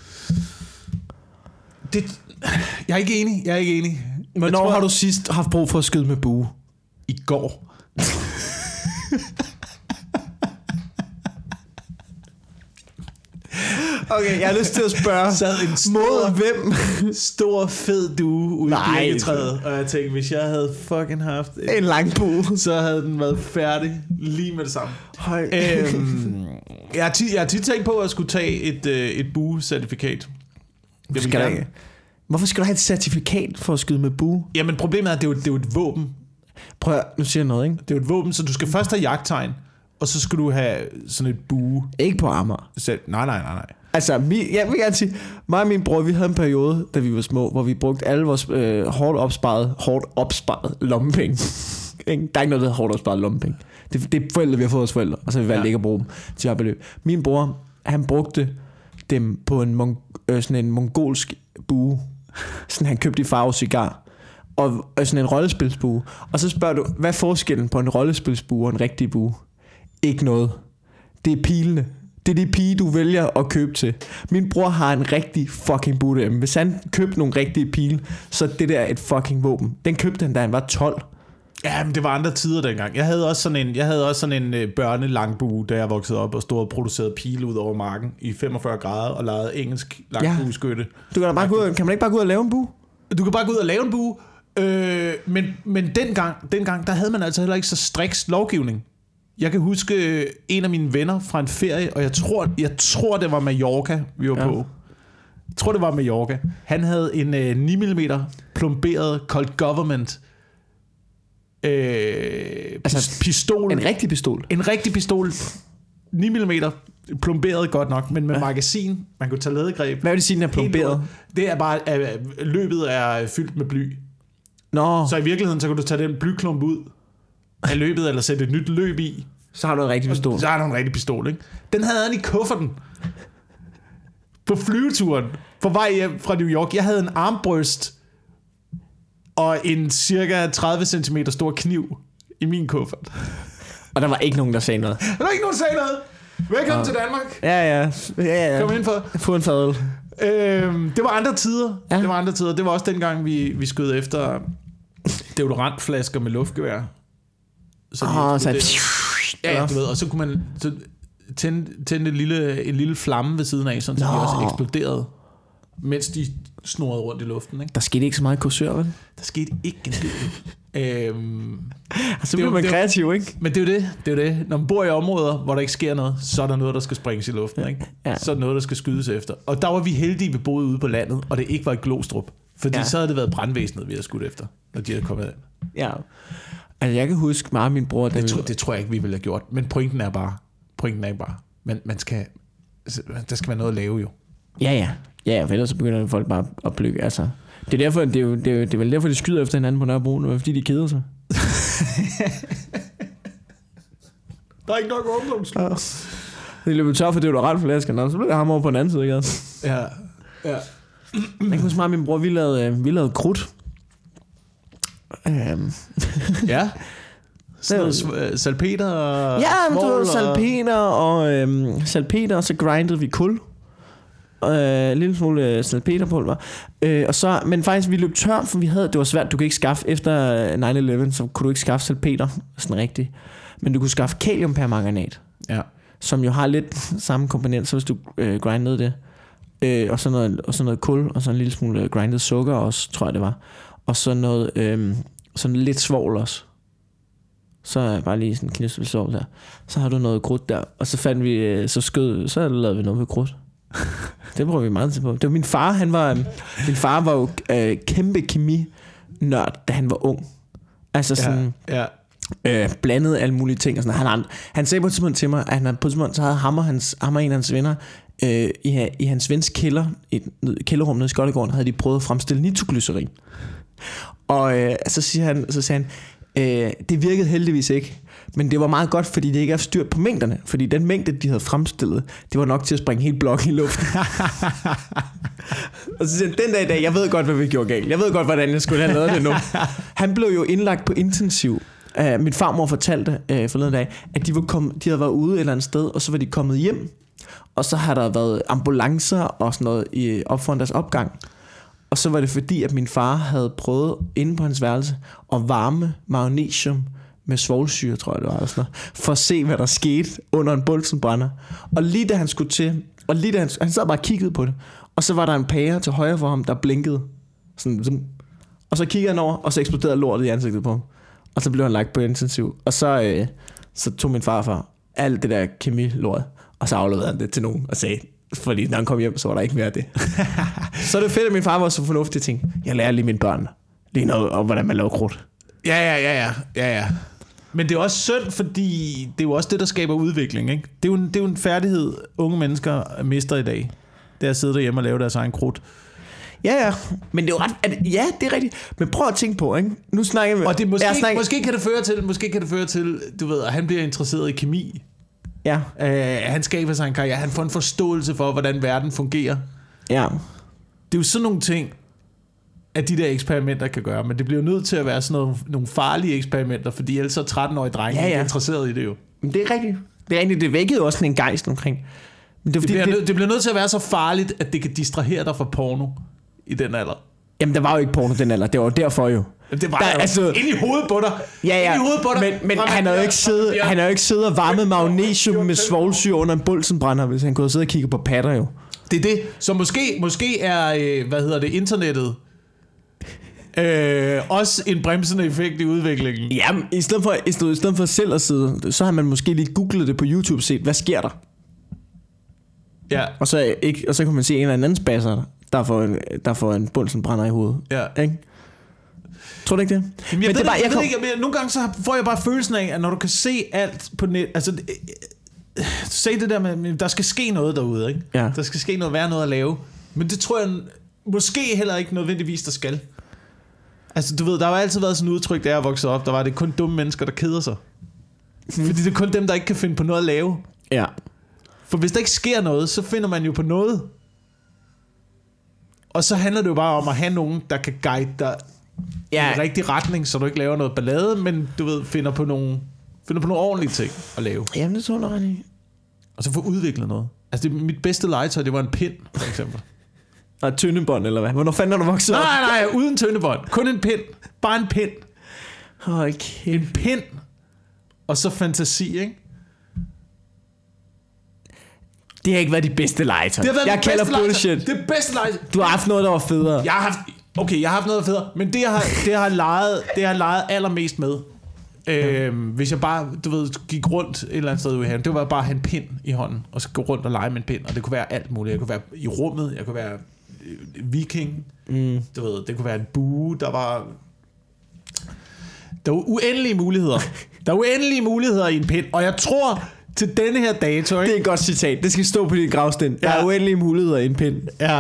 Det, jeg er ikke enig, jeg er ikke enig. Hvornår tror, har du sidst haft brug for at skyde med bue? I går. Okay, jeg har lyst til at spørge. Sad en stor, mod hvem? Stor fed due ude Nej, i birketræet. Og jeg tænkte, hvis jeg havde fucking haft en, en lang bue, så havde den været færdig lige med det samme. Høj. Øhm, jeg, har tit, jeg har tit tænkt på at skulle tage et, øh, et bue-certifikat. Det skal der ikke. Hvorfor skal du have et certifikat for at skyde med bue? Jamen problemet er, at det er jo, det er jo et våben. Prøv at, nu siger jeg noget, ikke? Det er jo et våben, så du skal først have jagttegn, og så skal du have sådan et bue. Ikke på Amager. Så, nej, nej, nej, nej. Altså, mi, jeg vil gerne sige, mig og min bror, vi havde en periode, da vi var små, hvor vi brugte alle vores øh, hårdt opsparet, hårdt opsparet lommepenge. Der er ikke noget, der hedder hårdt opsparet lommepenge. Det, det er forældre, vi har fået vores forældre, og så har vi valgt ja. ikke at bruge dem til at beløb. Min bror, han brugte dem på en, mon- øh, sådan en mongolsk bue. Sådan han købte i Farve Cigar. Og øh, sådan en rollespilsbue. Og så spørger du, hvad er forskellen på en rollespilsbue og en rigtig bue? Ikke noget. Det er pilene. Det er de pige, du vælger at købe til. Min bror har en rigtig fucking bue derhjemme. Hvis han købte nogle rigtige pile, så er det der et fucking våben. Den købte han, da han var tolv. Ja, men det var andre tider dengang. Jeg havde også sådan en, jeg havde også sådan en øh, børnelangbue, da jeg voksede op og stod og producerede pile ud over marken i femogfyrre grader og legede engelsk langbueskytte. Ja. Du kan, da bare gå ud, kan man ikke bare gå ud og lave en bue? Du kan bare gå ud og lave en bue. Øh, men men dengang, dengang, der havde man altså heller ikke så striks lovgivning. Jeg kan huske en af mine venner fra en ferie, og jeg tror, jeg tror det var Mallorca, vi var ja. på. Jeg tror, det var Mallorca. Han havde en øh, ni millimeter plomberet Colt Government øh, altså, pistol. En rigtig pistol? En rigtig pistol. ni millimeter plomberet godt nok, men med ja. magasin. Man kunne tage ledegreb. Hvad vil det sige, den er plomberet? Det er bare, at løbet er fyldt med bly. Nå. Så i virkeligheden, så kan du tage den blyklump ud af løbet, eller sætte et nyt løb i. Så har du en rigtig pistol. Så har du en rigtig pistol, ikke? Den havde han i kufferten. På flyveturen. På vej hjem fra New York. Jeg havde en armbrøst og en cirka tredive centimeter stor kniv i min kuffert. Og der var ikke nogen, der sagde noget. Der var ikke nogen, der sagde noget. Velkommen uh. til Danmark. Ja, ja. ja, ja. Kom ind for. Få en fadøl. Øhm, det var andre tider. Ja. Det var andre tider. Det var også dengang, vi, vi skød efter deodorantflasker med luftgevær. Så Åh, oh, så... det, ja, du ved, og så kunne man så tænde, tænde en, lille, en lille flamme ved siden af, sådan, så de også eksploderede, mens de snurrede rundt i luften. Ikke? Der skete ikke så meget kursør, vel? Der skete ikke en skid. øhm, så bliver man det, kreativ, ikke? Men det er jo det, det er jo det. Når man bor i områder, hvor der ikke sker noget, så er der noget, der skal sprænges i luften. Ikke? Ja. Så er der noget, der skal skydes efter. Og der var vi heldige, vi boede ude på landet, og det ikke var i Glostrup. Fordi ja. så havde det været brandvæsenet, vi havde skudt efter, når de havde kommet ind. Ja. Altså, jeg kan huske meget af min bror... Det, tro, det tror jeg ikke, vi ville have gjort. Men pointen er bare... Pointen er bare... Men man skal... Der skal være noget at lave, jo. Ja, ja. Ja, for ellers så begynder folk bare at bløge. Altså, det er derfor, det er, jo, det, er jo, det er vel derfor, de skyder efter hinanden på Nørrebro nu, fordi de keder sig. Der er ikke nok ungdomsslag. Det løber tør for deodorantflaskerne, og så bliver det ham over på den anden side igen. Ja, ja. Jeg kan huske meget, min bror, vi lavede, vi lavede krudt. Um. Ja. Sådan noget salpeter og ja, men du ved, salpeter og øhm, salpeter, og så grindede vi kul. Øh, en lille smule salpeterpulver. Øh, og så, men faktisk, vi løb tør, for vi havde, det var svært, du kan ikke skaffe, efter nine eleven, så kunne du ikke skaffe salpeter, sådan rigtigt. Men du kunne skaffe kaliumpermanganat, ja. som jo har lidt samme komponent, så hvis du øh, grindede det. Øh, og, så noget, og så noget kul, og så en lille smule grindet sukker også, tror jeg det var. Og så noget, øh, sådan lidt svovl også. Så bare lige sådan en knivstel svovl der. Så har du noget krudt der. Og så fandt vi, så skød, så lavede vi noget med krudt. det bruger vi meget tid på. Det var min far, han var, min far var jo øh, kæmpe kemi-nørd, da han var ung. Altså sådan... Ja, ja. Øh, blandet alle mulige ting og sådan. Han, han sagde på et tidspunkt til mig, at han på et tidspunkt så havde ham og, hans, ham og en af hans venner øh, i, i hans vens kælder, i kælderrum nede i Skottegården, havde de prøvet at fremstille nitroglycerin. Og øh, så siger han, så sagde han, øh, det virkede heldigvis ikke, men det var meget godt, fordi det ikke er styrt på mængderne, fordi den mængde, de havde fremstillet, det var nok til at springe helt blokken i luften. Og så siger han, den dag i dag, jeg ved godt, hvad vi gjorde galt. Jeg ved godt, hvordan jeg skulle have lavet det nu. Han blev jo indlagt på intensiv. Uh, min farmor fortalte uh, forleden dag, at de, var kommet, de havde været ude et eller andet sted, og så var de kommet hjem, og så har der været ambulancer og sådan noget i, op foran deres opgang. Og så var det fordi, at min far havde prøvet inde på hans værelse at varme magnesium med svovlsyre, tror jeg det var, eller sådan noget, for at se, hvad der skete under en Bunsenbrænder. Og lige da han skulle til, og lige da han, han sad bare og kiggede på det, og så var der en pære til højre for ham, der blinkede. Sådan, sådan. Og så kiggede han over, og så eksploderede lortet i ansigtet på ham. Og så blev han lagt på intensiv. Og så, øh, så tog min far for alt det der kemi-lort, og så afleverede han det til nogen og sagde, fordi når han kom hjem, så var der ikke mere af det. Så er det fedt, at min far var så fornuftig ting. Jeg lærer lige mine børn lige noget om, hvordan man laver krudt. Ja, ja, ja, ja, ja, ja. Men det er også synd, fordi det er jo også det, der skaber udvikling, ikke? Det er jo en, det er jo en færdighed, unge mennesker mister i dag. Det er at sidde derhjemme og lave deres egen krudt. Ja, ja. Men det er jo ret... At, ja, det er rigtigt. Men prøv at tænke på, ikke? Nu snakker vi... Og det måske, snakker, måske kan det føre til, måske kan det føre til, du ved, at han bliver interesseret i kemi. Ja. Uh, han skaber sig en karriere. Han får en forståelse for, hvordan verden fungerer. Ja. Det er jo sådan nogle ting, at de der eksperimenter kan gøre. Men det bliver jo nødt til at være sådan nogle, nogle farlige eksperimenter, fordi ellers er tretten-årige drenge ja, ja. interesseret i det jo. Men det er rigtigt. Det er rigtigt. Det vækkede også sådan en gejst omkring. Men det, er, det, bliver det, nød, det bliver nødt til at være så farligt, at det kan distrahere dig fra porno i den alder. Jamen, der var jo ikke porno den alder. Det var derfor jo. Det var der, jo altså, ind i hovedet på dig. Ja, ja. Ind i hovedet på dig. Men, men han har jo ikke siddet, ja. han har jo ikke siddet og varmet magnesium med svovlsyre under en Bunsenbrænder, hvis han kunne sidde og kigge på patter jo. Det er det. Så måske, måske er, øh, hvad hedder det, internettet øh, også en bremsende effekt i udviklingen. Jamen, i stedet for, i stedet, i stedet for selv at sidde, så har man måske lige googlet det på YouTube, set, hvad sker der? Ja. Og så, ikke, og så kan man se en eller anden spasser, der får en, der får en Bunsenbrænder i hovedet. Ja. Ikke? Tror du ikke det? Jamen, jeg, men ved det bare, jeg, jeg ved kom... ikke, jeg, nogle gange så får jeg bare følelsen af, at når du kan se alt på net, altså se det der med, der skal ske noget derude, ikke? Ja. Der skal ske noget, være noget at lave. Men det tror jeg måske heller ikke nødvendigvis, der skal. Altså du ved, der har jo altid været sådan et udtryk, da jeg voksede op, der var det kun dumme mennesker, der keder sig. Mm. Fordi det er kun dem, der ikke kan finde på noget at lave. Ja. For hvis der ikke sker noget, så finder man jo på noget. Og så handler det jo bare om at have nogen, der kan guide dig ja. i en rigtig retning, så du ikke laver noget ballade, men du ved, finder på nogle, finder på nogle ordentlige ting at lave. Jamen, det tror jeg ret i. Og så få udviklet noget. Altså, det, mit bedste legetøj, det var en pind, for eksempel. Og et tyndebånd, eller hvad? Hvornår fanden er du vokset op? Nej, nej, uden tyndebånd. Kun en pind. Bare en pind. Okay. En pind. Og så fantasi, ikke? Det har ikke været de bedste legetøj. Det har været jeg kalder bullshit. Det bedste legetøj. Du har haft noget, der var federe. Jeg har haft... Okay, jeg har haft noget, der var federe. Men det, jeg har, det, jeg har leget, det, jeg har leget allermest med, øhm, hvis jeg bare, du ved, gik rundt et eller andet sted ude i haven, det var bare at have en pind i hånden, og så gå rundt og lege med en pind. Og det kunne være alt muligt. Jeg kunne være i rummet, jeg kunne være øh, viking, mm. du ved, det kunne være en bue, der var... Der var uendelige muligheder. Der var uendelige muligheder i en pind, og jeg tror... Til denne her dato, ikke? Det er et godt citat. Det skal stå på din gravsten. Der ja. er uendelige muligheder i en pind. Ja.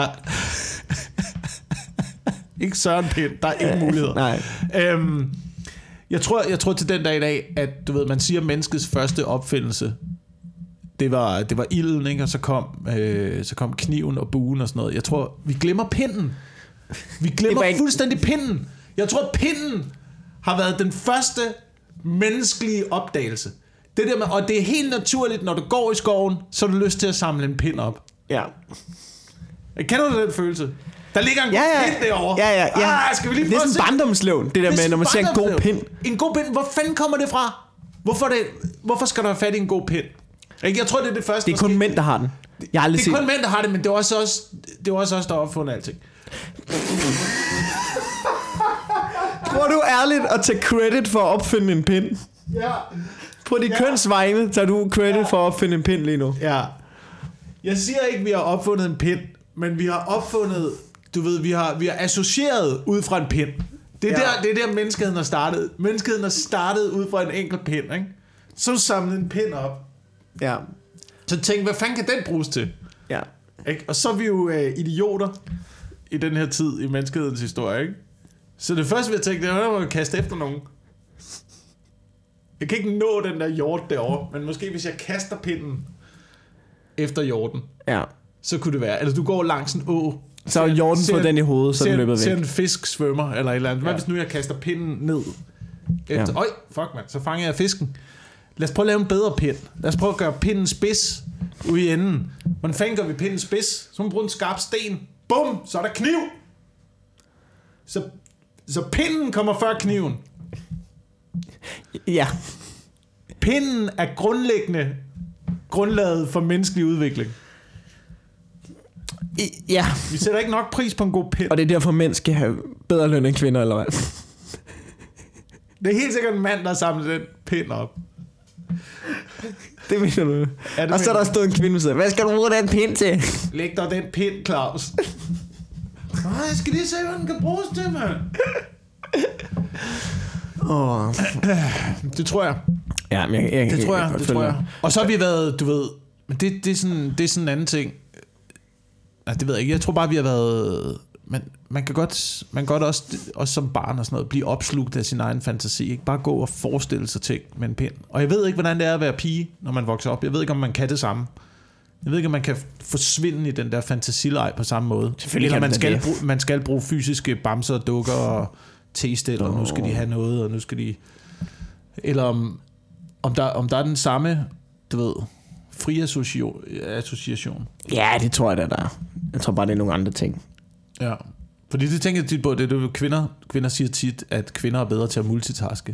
Ikke Søren Pind. Der er ingen muligheder. Nej. Øhm, jeg tror, jeg tror til den dag i dag, at du ved, man siger, at menneskets første opfindelse, det var, det var ilden, ikke? Og så kom, øh, så kom kniven og buen og sådan noget. Jeg tror, vi glemmer pinden. Vi glemmer ikke... fuldstændig pinden. Jeg tror, pinden har været den første menneskelige opdagelse. Det der med, og det er helt naturligt, når du går i skoven, så har du lyst til at samle en pind op. Ja. Kender du den følelse? Der ligger en ja, god ja. pind derovre. Ja, ja, ja. Ah, skal vi lige det er sådan en barndomslevn, det der det med, når man ser en god pind. En god pind, hvor fanden kommer det fra? Hvorfor, det, hvorfor skal du have fat i en god pind? Jeg tror, det er det første. Det er kun måske... mænd, der har den. Jeg har aldrig det er set. kun mænd, der har det, men det er også os, det er også os der har opfundet alting. Tror du ærligt at tage credit for at opfinde en pind? Ja. På de ja. køns vegne tager du credit ja. for at opfinde en pind lige nu. Ja. Jeg siger ikke, vi har opfundet en pind, men vi har opfundet, du ved, vi har, vi har associeret ud fra en pind. Det er, ja. der, det er der, menneskeheden har startet. Menneskeheden har startet ud fra en enkelt pind, ikke? Så samlede en pind op. Ja. Så tænk, hvad fanden kan den bruges til? Ja. Ikke? Og så er vi jo øh, idioter i den her tid i menneskehedens historie, ikke? Så det første, vi har tænkt, det er, at kaste efter nogen. Jeg kan ikke nå den der hjort derovre, men måske hvis jeg kaster pinden efter hjorten, Ja. så kunne det være. Eller du går langs en å. Så har hjorten fået den i hovedet, så er den løbet væk. Ser en fisk svømmer, eller et eller andet. Hvad Ja. hvis nu jeg kaster pinden ned? Efter, Ja. Øj, fuck mand, så fanger jeg fisken. Lad os prøve at lave en bedre pind. Lad os prøve at gøre pinden spids ude i enden. Hvordan fanden gør vi pinden spids? Så må man bruge en skarp sten. Bum, så er der kniv. Så, så pinden kommer før kniven. Ja. Pinden er grundlæggende grundlaget for menneskelig udvikling. I, ja. Vi sætter ikke nok pris på en god pind. Og det er derfor, mænd skal have bedre løn end kvinder, eller hvad? Det er helt sikkert en mand, der har samlet den pind op. Det mener du. Ja, det Og så er der mener stået en kvinde, der siger, hvad skal du bruge den pind til? Læg dig den pind, Claus. Nej, jeg skal lige se, hvad den kan bruges til, mand. Åh. Det tror jeg. Ja, men jeg, jeg, Det tror jeg, godt det følge tror jeg. dig. Og så har vi været, du ved, men det, det, er sådan, det er sådan en anden ting. Altså, det ved jeg ikke. Jeg tror bare, vi har været... Man, man kan godt, man kan godt også, også som barn og sådan noget, blive opslugt af sin egen fantasi. Ikke bare gå og forestille sig ting med en pind. Og jeg ved ikke, hvordan det er at være pige, når man vokser op. Jeg ved ikke, om man kan det samme. Jeg ved ikke, om man kan forsvinde i den der fantasileg på samme måde. Selvfølgelig Eller kan man man skal, det. bruge, man skal bruge fysiske bamser og dukker og testel, og nu skal de have noget, og nu skal de... Eller om, om, der, om der er den samme, du ved, fri association. association. Ja, det tror jeg da, der er. Jeg tror bare, det er nogle andre ting. Ja. Fordi det tænker jeg tit på, det er det, kvinder, kvinder siger tit, at kvinder er bedre til at multitaske.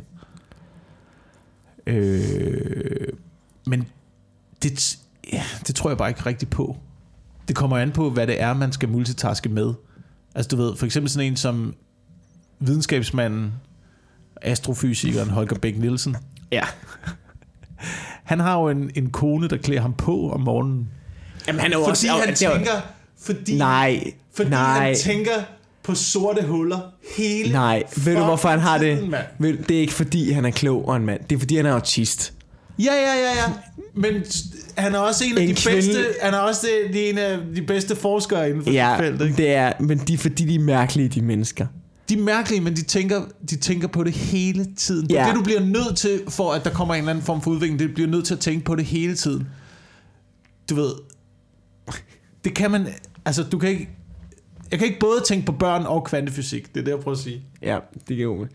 Øh, men det, ja, det tror jeg bare ikke rigtigt på. Det kommer an på, hvad det er, man skal multitaske med. Altså du ved, for eksempel sådan en som videnskabsmanden, astrofysikeren Holger Bech Nielsen. Ja. Han har jo en, en kone, der klæder ham på om morgenen. Jamen, han er jo Fordi også... han det er jo- tænker... Fordi, Nej, fordi nej. han tænker på sorte huller hele Nej, ved du hvorfor han har det? tiden, mand. Ved- Det er ikke fordi han er klog og en mand. Det er fordi han er autist. Ja, ja, ja, ja. Men han er også en af En de kvinde- bedste. Han er også det, en af de bedste forskere inden for Ja, det felt. Ikke? det er, men de er fordi de er mærkelige, de mennesker. De er mærkelige, men de tænker, de tænker på det hele tiden. Det er Ja. det, du bliver nødt til, for at der kommer en eller anden form for udvikling. Det bliver nødt til at tænke på det hele tiden. Du ved, det kan man. Altså, du kan ikke. Jeg kan ikke både tænke på børn og kvantefysik. Det er det, jeg prøver at sige. Ja, det er jo.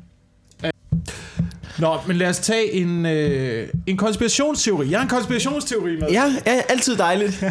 Nå, men lad os tage en, øh, en konspirationsteori. Jeg har en konspirationsteori med. Ja, ja, altid dejligt.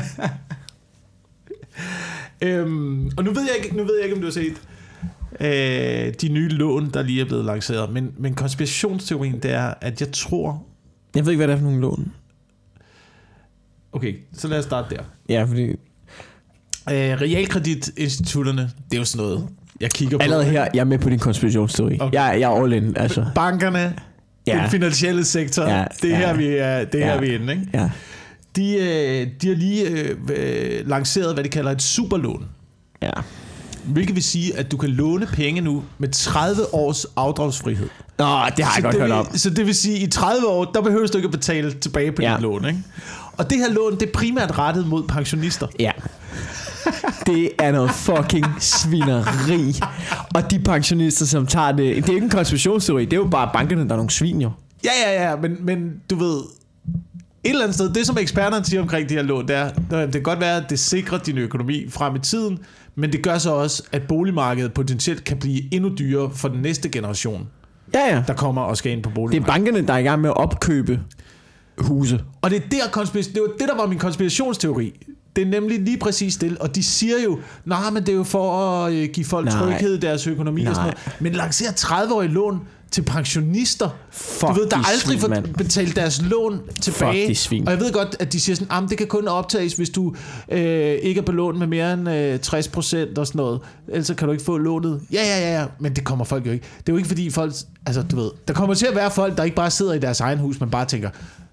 Øhm, og nu ved jeg ikke, nu ved jeg ikke, om du har set øh, de nye lån, der lige er blevet lanceret. Men, men konspirationsteorien, det er, at jeg tror... Jeg ved ikke, hvad det er for nogle lån. Okay, så lad os starte der. Ja, fordi Øh, realkreditinstitutterne, det er jo sådan noget, jeg kigger på. allerede her, jeg er med på din konspirationsteori. Okay. Jeg, jeg er all in, altså. Bankerne, Ja. den finansielle sektor, Ja, det er ja. her, vi er, det er Ja. her, vi er inde, ikke? Ja. De, øh, de har lige øh, øh, lanceret, hvad de kalder et superlån. Ja. Hvilket vil sige, at du kan låne penge nu med tredive års afdragsfrihed. Nå, det har jeg godt det hørt vil, om. Så det vil sige, at i tredive år, der behøver du ikke at betale tilbage på Ja. dit lån, ikke? Og det her lån, det er primært rettet mod pensionister. Ja. Det er noget fucking svineri. Og de pensionister, som tager det... Det er jo ikke en konspirationsteori. Det er jo bare bankerne, der er nogle svin, jo. Ja, ja, ja, men, men du ved... Et eller andet sted, det som eksperterne siger omkring de her lån, det er, det kan godt være, at det sikrer din økonomi frem i tiden, men det gør så også, at boligmarkedet potentielt kan blive endnu dyrere for den næste generation, Ja, ja. der kommer og skal ind på Det er boligmarkedet. bankerne, der er i gang med at opkøbe huse. Og det er der, konspira- det var det, der var min konspirationsteori. Det er nemlig lige præcis det. Og de siger jo, nej, men det er jo for at øh, give folk Nej. tryghed i deres økonomi og sådan Nej. noget. Men lancerer tredive-årige lån til pensionister. Fuck, du ved, der de aldrig svin, får mand. betalt deres lån tilbage. de svin. Og jeg ved godt, at de siger sådan, det kan kun optages, hvis du øh, ikke er belånt med mere end øh, tres procent og sådan noget. Ellers kan du ikke få lånet. Ja, ja, ja, ja. Men det kommer folk jo ikke. Det er jo ikke fordi folk, altså du ved, der kommer til at være folk, der ikke bare sidder i deres egen hus, men bare tænker,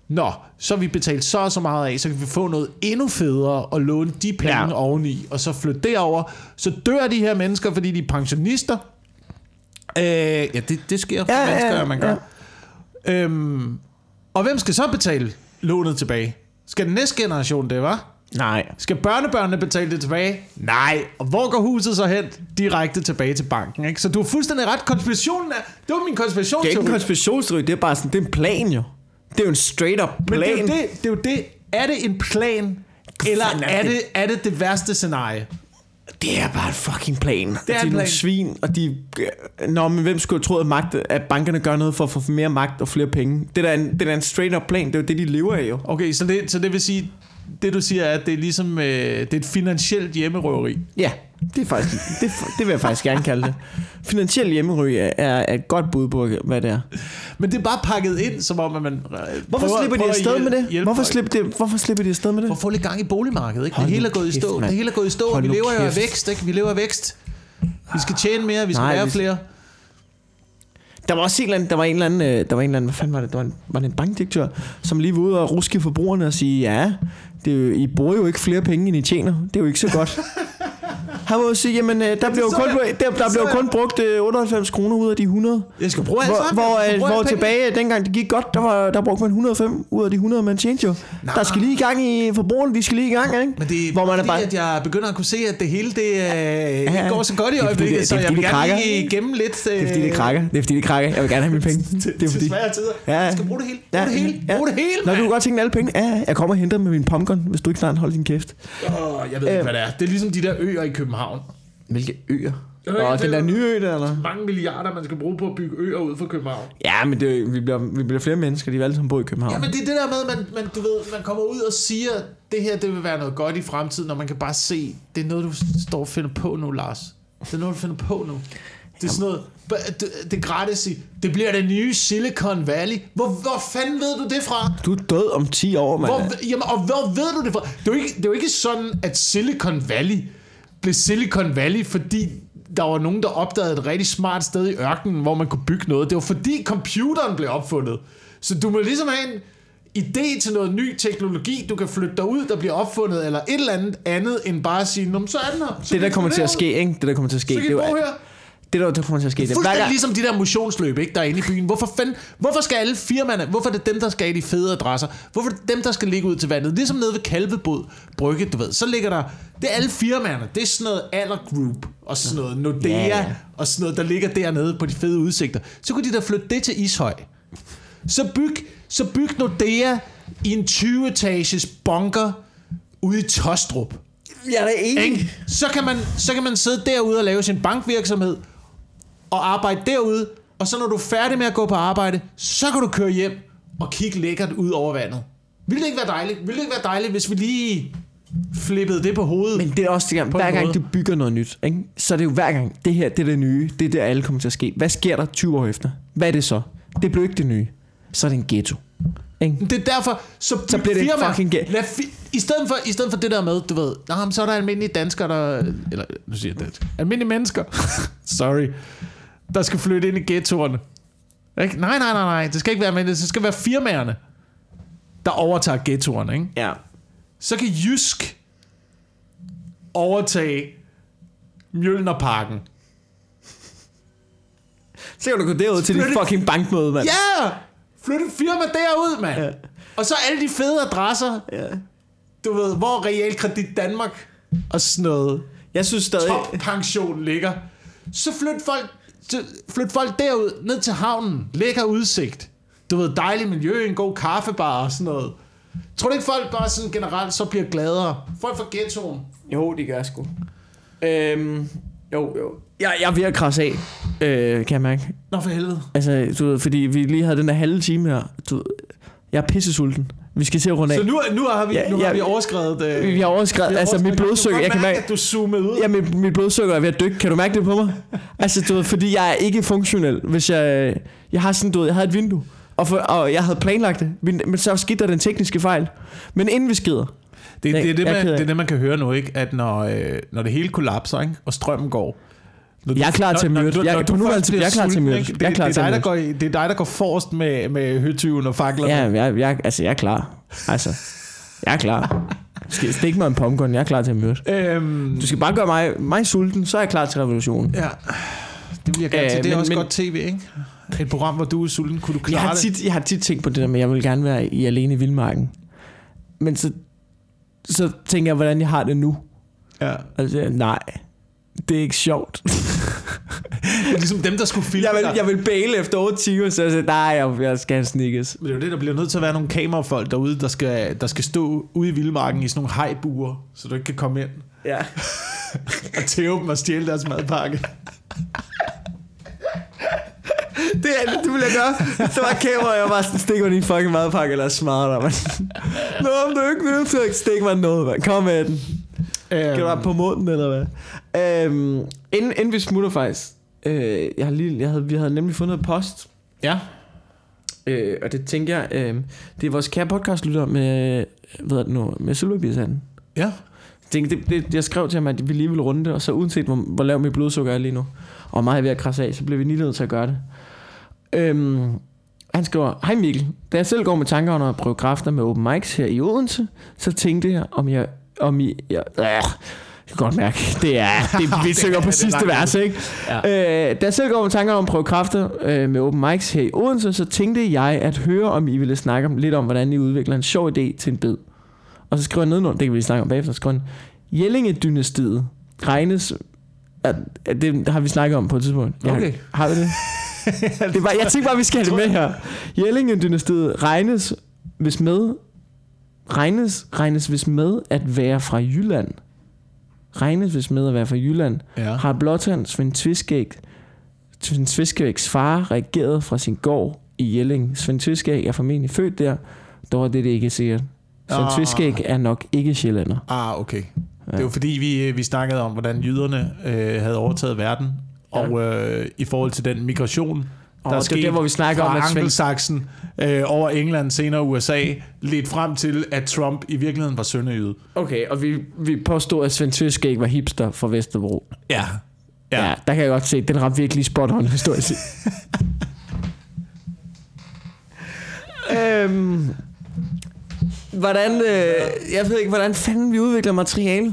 nå, så har vi betalt så og så meget af, så kan vi få noget endnu federe og låne de penge ja. oveni, og så flytte derover. Så dør de her mennesker, fordi de er pensionister. Øh, ja, det, det sker for ja, mennesker, ja, ja, man gør. Ja. Øhm, og hvem skal så betale lånet tilbage? Skal den næste generation det, hva'? Nej. Skal børnebørnene betale det tilbage? Nej. Og hvor går huset så hen? Direkte tilbage til banken, ikke? Så du er fuldstændig ret. Konspirationen er... Det var min konspirationsteori. Det er ikke en konspirationsteori, det er bare sådan... Det er en plan, jo. Det er jo en straight up plan. Men det er jo det. Det er, jo det. Er det en plan? Eller er det, er det det værste scenarie? Det er bare en fucking plan. Det er de en plan. Svin, og de... Nå, men hvem skulle have troet, at, magt, at bankerne gør noget for at få mere magt og flere penge? Det er en, det er en straight up plan. Det er jo det, de lever af, jo. Okay, så det, så det vil sige... Det du siger er, at det er ligesom øh, det er et finansielt hjemmerøveri. Ja, det er faktisk det, det vil jeg faktisk gerne kalde det. Finansiel hjemmerøveri er, er et godt bud på, hvad det er. Men det er bare pakket ind, som om at man øh, Hvorfor prøver, slipper de afsted med det? Hvorfor slipper, de, hvorfor slipper de afsted med det? For at få lidt gang i boligmarkedet, ikke? Det hele er gået i stå. Det hele er gået i stå. Hold vi lever jo af vækst, ikke? Vi lever af vækst. Vi skal tjene mere, vi skal Nej, være vi... flere. Der var også en eller anden, der var en eller anden, der var en eller anden, hvad fanden var det? Der var en, var det en bankdirektør, som lige var ude og ruske forbrugerne og sige, ja, det er jo, I bruger jo ikke flere penge, end I tjener. Det er jo ikke så godt. Han må jo sige, jamen, der blev jo kun, der, der blev kun brugt otteoghalvfems kroner ud af de hundrede. Jeg skal bruge alt Hvor, hvor, hvor tilbage, dengang det gik godt, der, var, der brugte man et hundrede og fem ud af de hundrede, man tjente jo. Nej. Der skal lige i gang i forbrugerne, de skal lige i gang, ikke? Men det er hvor man er bare... at jeg begynder at kunne se, at det hele det, øh, ja, ikke går så godt i øjeblikket, så jeg vil gerne lige gemme lidt... Øh... Det er fordi det krakker, det er fordi det krakker. Jeg vil gerne have mine penge. Det er fordi... svære tider. Ja. Jeg skal bruge det hele. Brug det hele. Brug det hele, Nå, du kan godt tænke alle penge. Ja, jeg kommer og henter med min popcorn, hvis du ikke snart holder din kæft. Åh, jeg ved ikke, hvad det er. Det er ligesom de der øer i København. Hvilke øer? Nå, den der nye ø der, eller? Mange milliarder, man skal bruge på at bygge øer ud for København. Ja, men det, vi, bliver, vi bliver flere mennesker, de vil alle sammen bo i København. Ja, men det er det der med, man, man, du ved, man kommer ud og siger, det her det vil være noget godt i fremtiden, når man kan bare se, det er noget, du står og finder på nu, Lars. Det er noget, du finder på nu. Det er sådan noget, det, det er gratis, det bliver det nye Silicon Valley. Hvor, hvor fanden ved du det fra? Du er død om ti år, mand. Hvor, jamen, og hvor ved du det fra? Det er, jo ikke, det er jo ikke sådan, at Silicon Valley blev Silicon Valley, fordi der var nogen, der opdagede et rigtig smart sted i ørkenen, hvor man kunne bygge noget. Det var fordi computeren blev opfundet. Så du må ligesom have en idé til noget ny teknologi, du kan flytte dig ud, der bliver opfundet, eller et eller andet andet, end bare at sige, så er den her. Så det der kommer til at ske, ikke? Det der kommer til at ske. Så kan I bo her. Det der, der kommer til at ske. Det er fuldstændig det. Ligesom de der motionsløb, ikke, der er inde i byen. Hvorfor, fanden, hvorfor skal alle firmaerne, hvorfor er det dem, der skal i de fede adresser? Hvorfor er det dem, der skal ligge ud til vandet? Ligesom nede ved Kalvebod Brygge, du ved. Så ligger der, det er alle firmaerne. Det er sådan noget Aller Group, og sådan noget Nordea, yeah, yeah. og sådan noget, der ligger dernede på de fede udsigter. Så kunne de da flytte det til Ishøj. Så byg, så byg Nordea i en tyve-etages bunker ude i Tostrup. Jeg er enig. Så kan man, så kan man sidde derude og lave sin bankvirksomhed og arbejde derude, og så når du er færdig med at gå på arbejde, så kan du køre hjem og kigge lækkert ud over vandet. Vil det ikke være dejligt? Vil det ikke være dejligt, hvis vi lige flippede det på hovedet? Men det er også det, hver gang du bygger noget nyt, ikke? Så er det jo hver gang, det her, det er det nye, det er det, alle kommer til at ske. Hvad sker der tyve år efter? Hvad er det så? Det blev ikke det nye. Så er det en ghetto. Ikke? Det er derfor, så, så bliver det firma, fucking ghetto. fi- i, stedet for, I stedet for det der med, du ved, nah, så er der almindelige danskere, der... Eller, nu siger jeg det. Almindelige mennesker. Sorry. Der skal flytte ind i ghettoerne. Ikke? Nej, nej, nej, nej. Det skal ikke være almindelige. Det skal være firmaerne, der overtager ghettoerne. Ikke? Ja. Så kan Jysk overtage Mjølnerparken. Så kan du gå derud til dit fucking bankmøde, mand. Ja! Yeah! Flytte et firma derud, mand. Ja. Og så alle de fede adresser. Ja. Du ved, hvor Realkredit Danmark og sådan noget. Jeg synes stadig... Top-pension ligger. Så flyt folk, flyt folk derud, ned til havnen. Lækker udsigt. Du ved, dejligt miljø, en god kaffebar og sådan noget. Tror du ikke, folk bare sådan generelt så bliver gladere? Folk fra ghettoen. Jo, de gør sgu. Øhm, jo, jo. Jeg, jeg er ved at krasse af, øh, kan jeg mærke. Nå, for helvede. Altså, du ved, fordi vi lige havde den der halve time her. Du, jeg er pissesulten. Vi skal se at runde af. Så nu, nu har vi, ja, nu har ja, vi overskrevet... Øh, vi har overskrevet, altså overskrevet. Mit blodsukker... Jeg kan mærke, at du zoomede ud. Ja, mit, mit blodsukker er ved at dykke. Kan du mærke det på mig? Altså, du ved, fordi jeg er ikke funktionel. Hvis jeg... Jeg har sådan, du ved, jeg havde et vindue. Og, for, og jeg havde planlagt det. Men så skete der den tekniske fejl. Men inden vi skider... Det, det, det, det, man, det er det, man kan høre nu, ikke? At når, øh, når det hele kollapser, ikke? Og strømmen går... Jeg er klar til at myrde. Jeg, du, du nu altid, jeg er klar til at myrde. Det, det, det, er dig, der går, det er dig, der går forrest med, med høtyven og faklerne. Ja, jeg, jeg, altså jeg er klar. Altså, jeg er klar. Skal stik mig en popcorn, jeg er klar til at myrde. Øhm, du skal bare gøre mig, mig sulten, så er jeg klar til revolutionen. Ja, det vil jeg gerne til. Det er men, også men, godt tv, ikke? Et program, hvor du er sulten. Kunne du klare jeg har tit, det? Jeg har tit tænkt på det der med, jeg vil gerne være i alene i vildmarken. Men så, så tænker jeg, hvordan jeg har det nu. Ja. Altså, nej, det er ikke sjovt. Det er ligesom dem, der skulle filme jeg vil, jeg vil bæle efter otte timer, så jeg siger, nej, jeg, jeg skal snikkes. Men det er jo det, der bliver nødt til at være nogle kamerafolk derude, der skal, der skal stå ude i vildmarken i sådan nogle hajbuer, så du ikke kan komme ind. Ja. Og tæve dem og stjæle deres madpakke. Det, er, det vil jeg gøre. Så var kamera, og jeg bare sådan, stikker mig i en fucking madpakke, eller smadrer dig, man. Nå, om du ikke nødt til at stikke mig noget, man. Kom med den. Skal du være på måden, eller hvad? Øhm, inden, inden vi smutter faktisk, øh, jeg har lige, jeg havde, vi havde nemlig fundet et post. Ja. Øh, og det tænker jeg, øh, det er vores kære podcastlytter med, hvad er det nu, med Sølvbjergsanden. Ja. Det, det, det, jeg skrev til ham, at vi lige ville runde det, og så uanset hvor, hvor lav mit blodsukker er lige nu, og meget er ved at krasse af, så bliver vi lige nødt til at gøre det. Øhm, han skriver, hej Mikkel, da jeg selv går med tanker om at prøve kræfter med open mics her i Odense, så tænkte jeg, om jeg, om I, jeg, øh, jeg kan godt mærke, det er, det, vi synger på sidste vers, ikke? Ja. Øh, da jeg selv går med tanker om at prøve kræfter øh, med open mics her i Odense, så tænkte jeg at høre, om I ville snakke om, lidt om, hvordan I udvikler en sjov idé til en bid. Og så skriver jeg nedenunder, det kan vi snakke om bagefter, så skriver han, Jellinge-dynastiet regnes, at, at det har vi snakket om på et tidspunkt. Jeg, okay. Har vi det? Det var, jeg tænker bare, vi skal have det med her. Jellinge-dynastiet regnes, hvis med, regnes, regnes hvis med at være fra Jylland. Regnes hvis med at være fra Jylland. Ja. Har blåtand Svend Tveskæg, Svend Tveskægs far reageret fra sin gård i Jelling. Svend Tveskæg er formentlig født der, dog er det, det ikke sikkert. Svend ah. Tveskæg er nok ikke sjællander. Ah, okay. Ja. Det var fordi, vi, vi snakkede om, hvordan jyderne øh, havde overtaget verden, ja. Og øh, i forhold til den migration, der oh, skete der, hvor vi snakker fra om, at Angelsaksen øh, over England, senere U S A, ledt frem til, at Trump i virkeligheden var sønderjyde. Okay, og vi, vi påstod, at Svend Tveskæg var hipster fra Vesterbro. Ja. Ja. Ja, der kan jeg godt se, den ramte virkelig spot on historisk. øhm, hvordan, øh, jeg ved ikke, hvordan fanden vi udvikler materiale.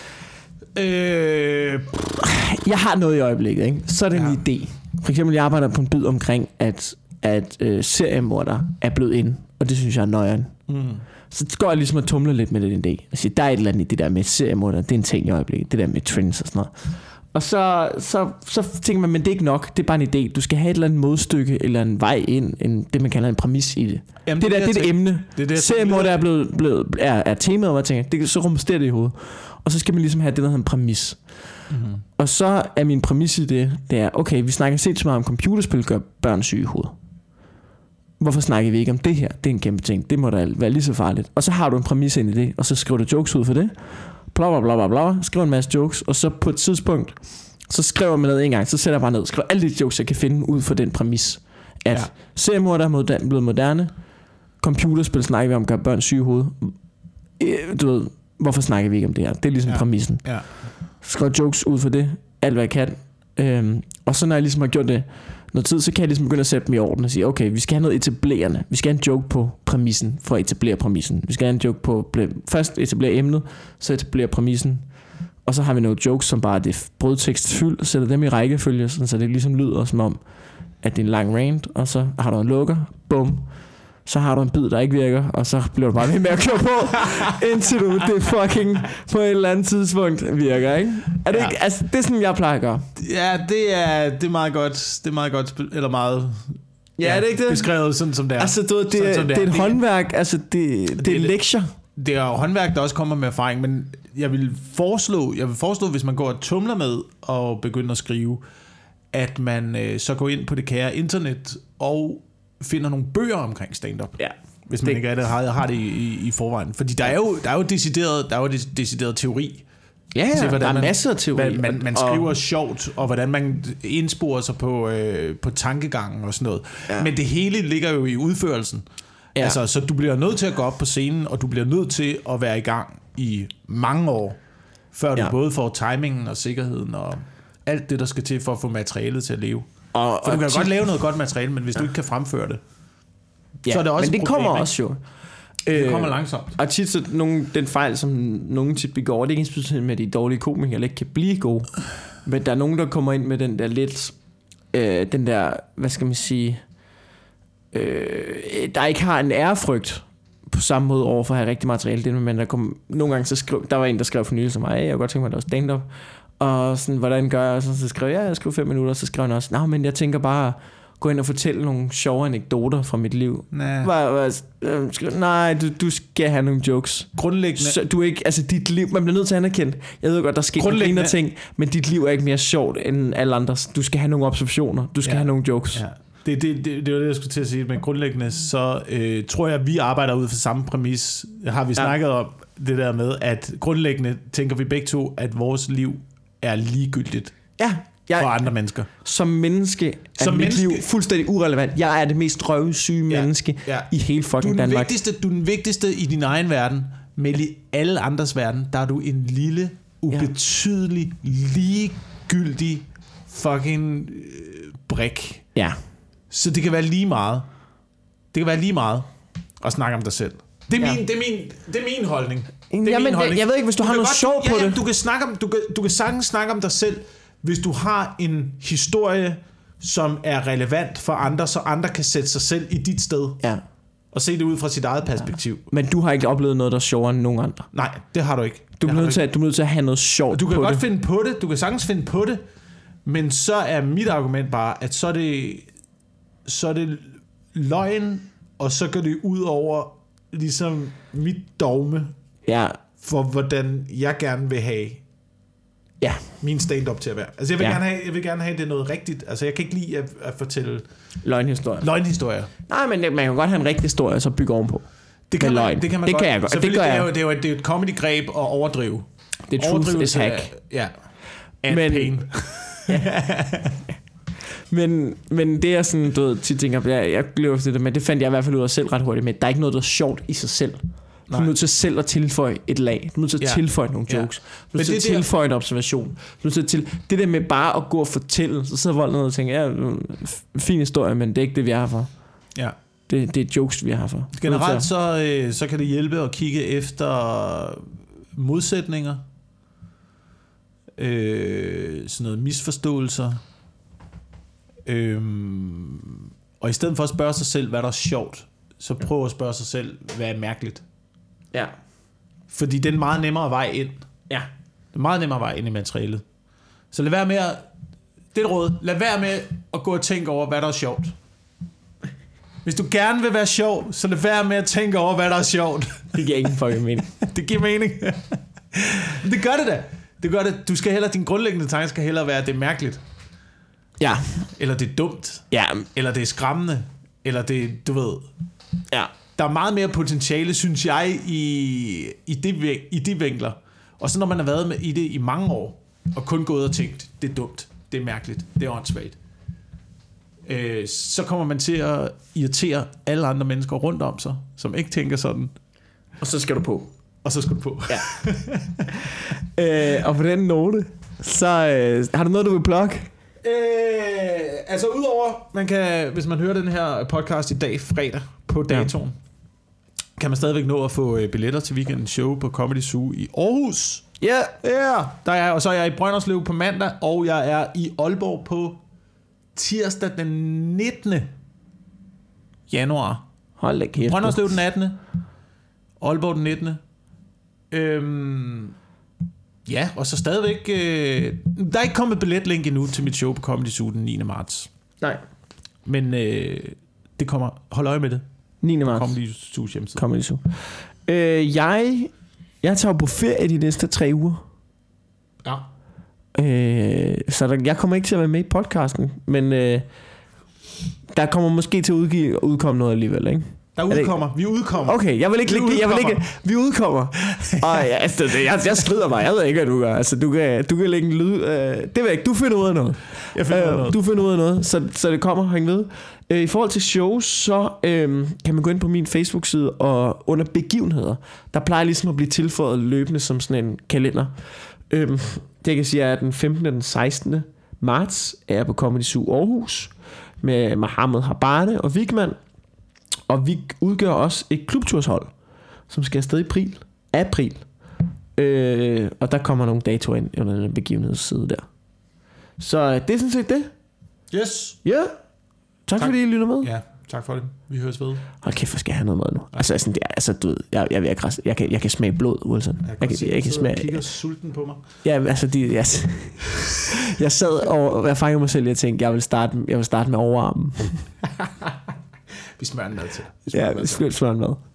Øh, jeg har noget i øjeblikket, ikke? Så er det en ja. idé. For eksempel, jeg arbejder på en bid omkring, at, at øh, seriemorder er blevet ind, og det synes jeg er nøjeren. Mm. Så går jeg ligesom at tumle lidt med den idé. Jeg siger, der er et eller andet i det der med seriemorder, det er en ting i øjeblikket, det der med trends og sådan noget. Og så, så, så tænker man, men det er ikke nok, det er bare en idé. Du skal have et eller andet modstykke, eller en vej ind, en, det man kalder en præmis i det. Jamen, det, det, der, det er det emne. Seriemorder er blevet, blevet, er, er temaet, og man tænker, det, så rumsterer det i hovedet. Og så skal man ligesom have det, der hedder en præmis. Mm-hmm. Og så er min præmis i det, det er, okay, vi snakker set så meget om computerspil, gør børn syge i hovedet. Hvorfor snakker vi ikke om det her? Det er en kæmpe ting. Det må da være lige så farligt. Og så har du en præmis ind i det, og så skriver du jokes ud for det. Bla bla bla bla. Skriver en masse jokes, og så på et tidspunkt, så skriver man ned en gang, så sætter jeg bare ned, skriver alle de jokes, jeg kan finde ud for den præmis. At ja. seriemorder er moder- blevet moderne, computerspil snakker vi om, gør børn syge i hovedet. Du ved, hvorfor snakker vi ikke om det her? Det er ligesom ja. præmissen. Ja. Skriver jokes ud for det, alt hvad jeg kan. Øhm, og så når jeg ligesom har gjort det noget tid, så kan jeg ligesom begynde at sætte dem i orden og sige, okay, vi skal have noget etablerende. Vi skal have en joke på præmissen, for at etablere præmissen. Vi skal have en joke på, først etablere emnet, så etablere præmissen. Og så har vi nogle jokes, som bare er det brødtekst fyldt, og sætter dem i rækkefølge, så det ligesom lyder som om, at det er en lang rant, og så har du en lukker, bum. Så har du en bid, der ikke virker, og så bliver du bare ved med at køre på, indtil du det fucking på et eller andet tidspunkt virker, ikke? Er det ja. ikke? Altså, det er sådan, jeg plejer at gøre. Ja, det er, det er meget godt, det er meget godt, eller meget ja, ja, er det ikke det? Beskrevet sådan, som det er. Altså, du, det, sådan, det, det er et det, håndværk, altså, det, det, det er en lektier. Det er jo håndværk, der også kommer med erfaring, men jeg vil foreslå, jeg vil foreslå, hvis man går og tumler med og begynder at skrive, at man øh, så går ind på det kære internet og finder nogle bøger omkring stand-up. Ja. Hvis man det, ikke er det, har, har det i, i, i forvejen. Fordi der er jo, der er jo decideret, der er jo decideret teori. Ja, ja, til, der er man, masser af teori. Man, man, man skriver og, sjovt, og hvordan man indsporer sig på, øh, på tankegangen og sådan noget. Ja. Men det hele ligger jo i udførelsen. Ja. Altså, så du bliver nødt til at gå op på scenen, og du bliver nødt til at være i gang i mange år, før du ja. både får timingen og sikkerheden og alt det, der skal til for at få materialet til at leve. Og, For du og kan tit- godt lave noget godt materiale, men hvis ja. du ikke kan fremføre det, ja, så er det også men det et problem, kommer ikke? også jo. Det kommer langsomt. Og tit så nogle, den fejl, som nogen tit begår, det er ikke ensbetydende med, at de dårlige komikere eller ikke kan blive gode. Men der er nogen, der kommer ind med den der lidt, øh, den der, hvad skal man sige, øh, der ikke har en ærefrygt på samme måde over for at have rigtig materiale. Det, men der kom, nogle gange så skrev, der var en, der skrev for nylig som mig, jeg kunne godt tænke mig, at der var stand-up. Og sådan, hvordan gør jeg? Og så, så skrev jeg, ja, jeg skrev fem minutter, og så skrev han også, nej, men jeg tænker bare, gå ind og fortælle nogle sjove anekdoter fra mit liv. Nej. Var, var, øh, skrev, nej, du, du skal have nogle jokes. Grundlæggende... Så du er ikke, altså dit liv, man bliver nødt til at anerkende. Jeg ved godt, der sker nogle griner ting, men dit liv er ikke mere sjovt end alle andres. Du skal have nogle observationer, du skal Ja. have nogle jokes. Ja. Det, det, det, det var det, jeg skulle til at sige. Men grundlæggende, så øh, tror jeg, at vi arbejder ud for samme præmis. Har vi snakket ja. om det der med, at grundlæggende tænker vi begge to, at vores liv er ligegyldigt Ja, jeg, for andre mennesker. som menneske er Som mit menneske- liv fuldstændig urelevant. Jeg er det mest røvsyge Ja. menneske Ja. i hele Du er, fucking den Danmark. vigtigste, du er den vigtigste i din egen verden, men i alle andres verden, der er du en lille, ubetydelig, ligegyldig fucking øh, brik. Ja. Så det kan være lige meget. Det kan være lige meget at snakke om dig selv. Det er, Ja. min, det er, min, det er min holdning. Det er Jamen, min holdning. jeg ved ikke, hvis du, du har kan noget godt- sjov på ja, ja, det. Du kan, snakke om, du, kan, du kan sagtens snakke om dig selv, hvis du har en historie, som er relevant for andre, så andre kan sætte sig selv i dit sted Ja. og se det ud fra sit eget perspektiv. Men du har ikke oplevet noget, der er sjovere end nogen andre. Nej, det har du ikke. Du Det er har nødt til, ikke. at, du er nødt til at have noget sjovt Du kan på godt det. finde på det, du kan sagtens finde på det, men så er mit argument bare, at så er det, så er det løgn, og så går det ud over ligesom mit dogme Ja. for, hvordan jeg gerne vil have Ja. min stand-up til at være. Altså jeg vil, Ja. gerne have, jeg vil gerne have, det er noget rigtigt. Altså jeg kan ikke lide at, at fortælle Løgnhistorie. løgnhistorier. Nej, men man kan godt have en rigtig historie, og så bygge ovenpå. Det kan, Med man, løgn. det kan man Det godt. kan jeg godt. Det Selvfølgelig, gør det er jeg. jo, det er jo et, det er et comedy-greb at overdrive. Det er truth is Overdrivelse hack. af- Ja. And Men- pain. Men, men det er sådan, du ved, tit tænker, jeg, jeg lever efter det, men det fandt jeg i hvert fald ud af selv ret hurtigt med. Der er ikke noget, der er sjovt i sig selv. Du er Nej. nødt til selv at tilføje et lag. Du er nødt til at Ja. tilføje nogle Ja. jokes. Du er Men nødt til det at er der- tilføje en observation. Du er nødt til at til, det der med bare at gå og fortælle, så sidder Vold ned og tænker, ja, f- fin historie, men det er ikke det, vi er her for. Ja. Det, det er jokes, vi er her for. Generelt så, øh, så kan det hjælpe at kigge efter modsætninger, øh, sådan noget misforståelser, øh, og i stedet for at spørge sig selv, hvad der er sjovt, så prøv at spørge sig selv, hvad er mærkeligt. Ja. Fordi det er en meget nemmere vej ind. Ja. Det er meget nemmere vej ind i materialet. Så lad være med at, det er et råd, lad være med at gå og tænke over, hvad der er sjovt. Hvis du gerne vil være sjov, så lad være med at tænke over, hvad der er sjovt. Det giver ingen fucking mening. Det giver mening. Men det gør det da. Det gør det. Du skal hellere, din grundlæggende tanke skal hellere være, at det er mærkeligt. Ja. Eller det er dumt. Ja. Eller det er skræmmende. Eller det, du ved. Ja. Der er meget mere potentiale, synes jeg, i, i, det, væk- i de vinkler. Og så når man har været med i det i mange år, og kun gået og tænkt, det er dumt, det er mærkeligt, det er åndssvagt, øh, så kommer man til at irritere alle andre mennesker rundt om sig, som ikke tænker sådan, Og så skal du på. og så skal du på. Ja. øh, og på den note, så øh, har du noget, du vil plukke? Øh, altså udover, man kan, hvis man hører den her podcast i dag, fredag, på datoen, ja. kan man stadigvæk nå at få øh, billetter til weekendens show på Comedy Zoo i Aarhus. Ja. Yeah. Ja, yeah. Der er, og så er jeg i Brønderslev på mandag, og jeg er i Aalborg på tirsdag den nittende januar. Hold da kæft. Brønderslev den attende Aalborg den nittende Øhm, ja, og så stadigvæk øh, der er ikke kommet billetlink endnu til mit show på Comedy Zoo den niende marts. Nej. Men øh, det kommer, hold øje med det. niende marts. Comedy Zoo's hjemmeside. Comedy Zoo. Øh, jeg, jeg tager på ferie de næste tre uger. Ja. Øh, så der, jeg kommer ikke til at være med i podcasten, men øh, der kommer måske til at udgive, udkomme noget alligevel, ikke? Der udkommer, vi udkommer. Okay, jeg vil ikke Vi lægge det, jeg vil udkommer. ikke, vi udkommer. Og ja, altså, det- jeg, jeg skrider mig, jeg ved ikke, hvad du gør. Altså, du kan, du kan lægge en lyd, øh, det ved jeg ikke, du finder ud af noget. Jeg finder ud af Øh, noget. Du finder ud af noget, så, så det kommer, hæng ved. Øh, I forhold til shows, så øh, kan man gå ind på min Facebook-side, og under begivenheder, der plejer ligesom at blive tilføjet løbende som sådan en kalender. Øh, det jeg kan sige er den femtende og den sekstende marts er jeg på Comedy Zoo Aarhus med Mohammed Habane og Vigman. Og vi udgør også et klubturshold, som skal afsted i april. April. Øh, og der kommer nogle datoer ind under den begivenhedsside der. Så det er sådan set det. Yes. Ja. Yeah. Tak, tak fordi I lytter med. Ja, tak for det. Vi høres ved. Hold kæft, hvor skal jeg have noget mad nu. Altså, sådan, det er, altså du ved, jeg, jeg, jeg, jeg, jeg, kan, jeg kan smage blod, Wilson. Jeg kan, jeg, jeg, jeg kan smage. Jeg kigger sulten på mig. Ja, altså, de, jeg, jeg sad og jeg fangede mig selv, jeg tænkte, jeg vil starte, jeg vil starte med overarmen. Vi smører en mad til. Ja, vi smører en mad.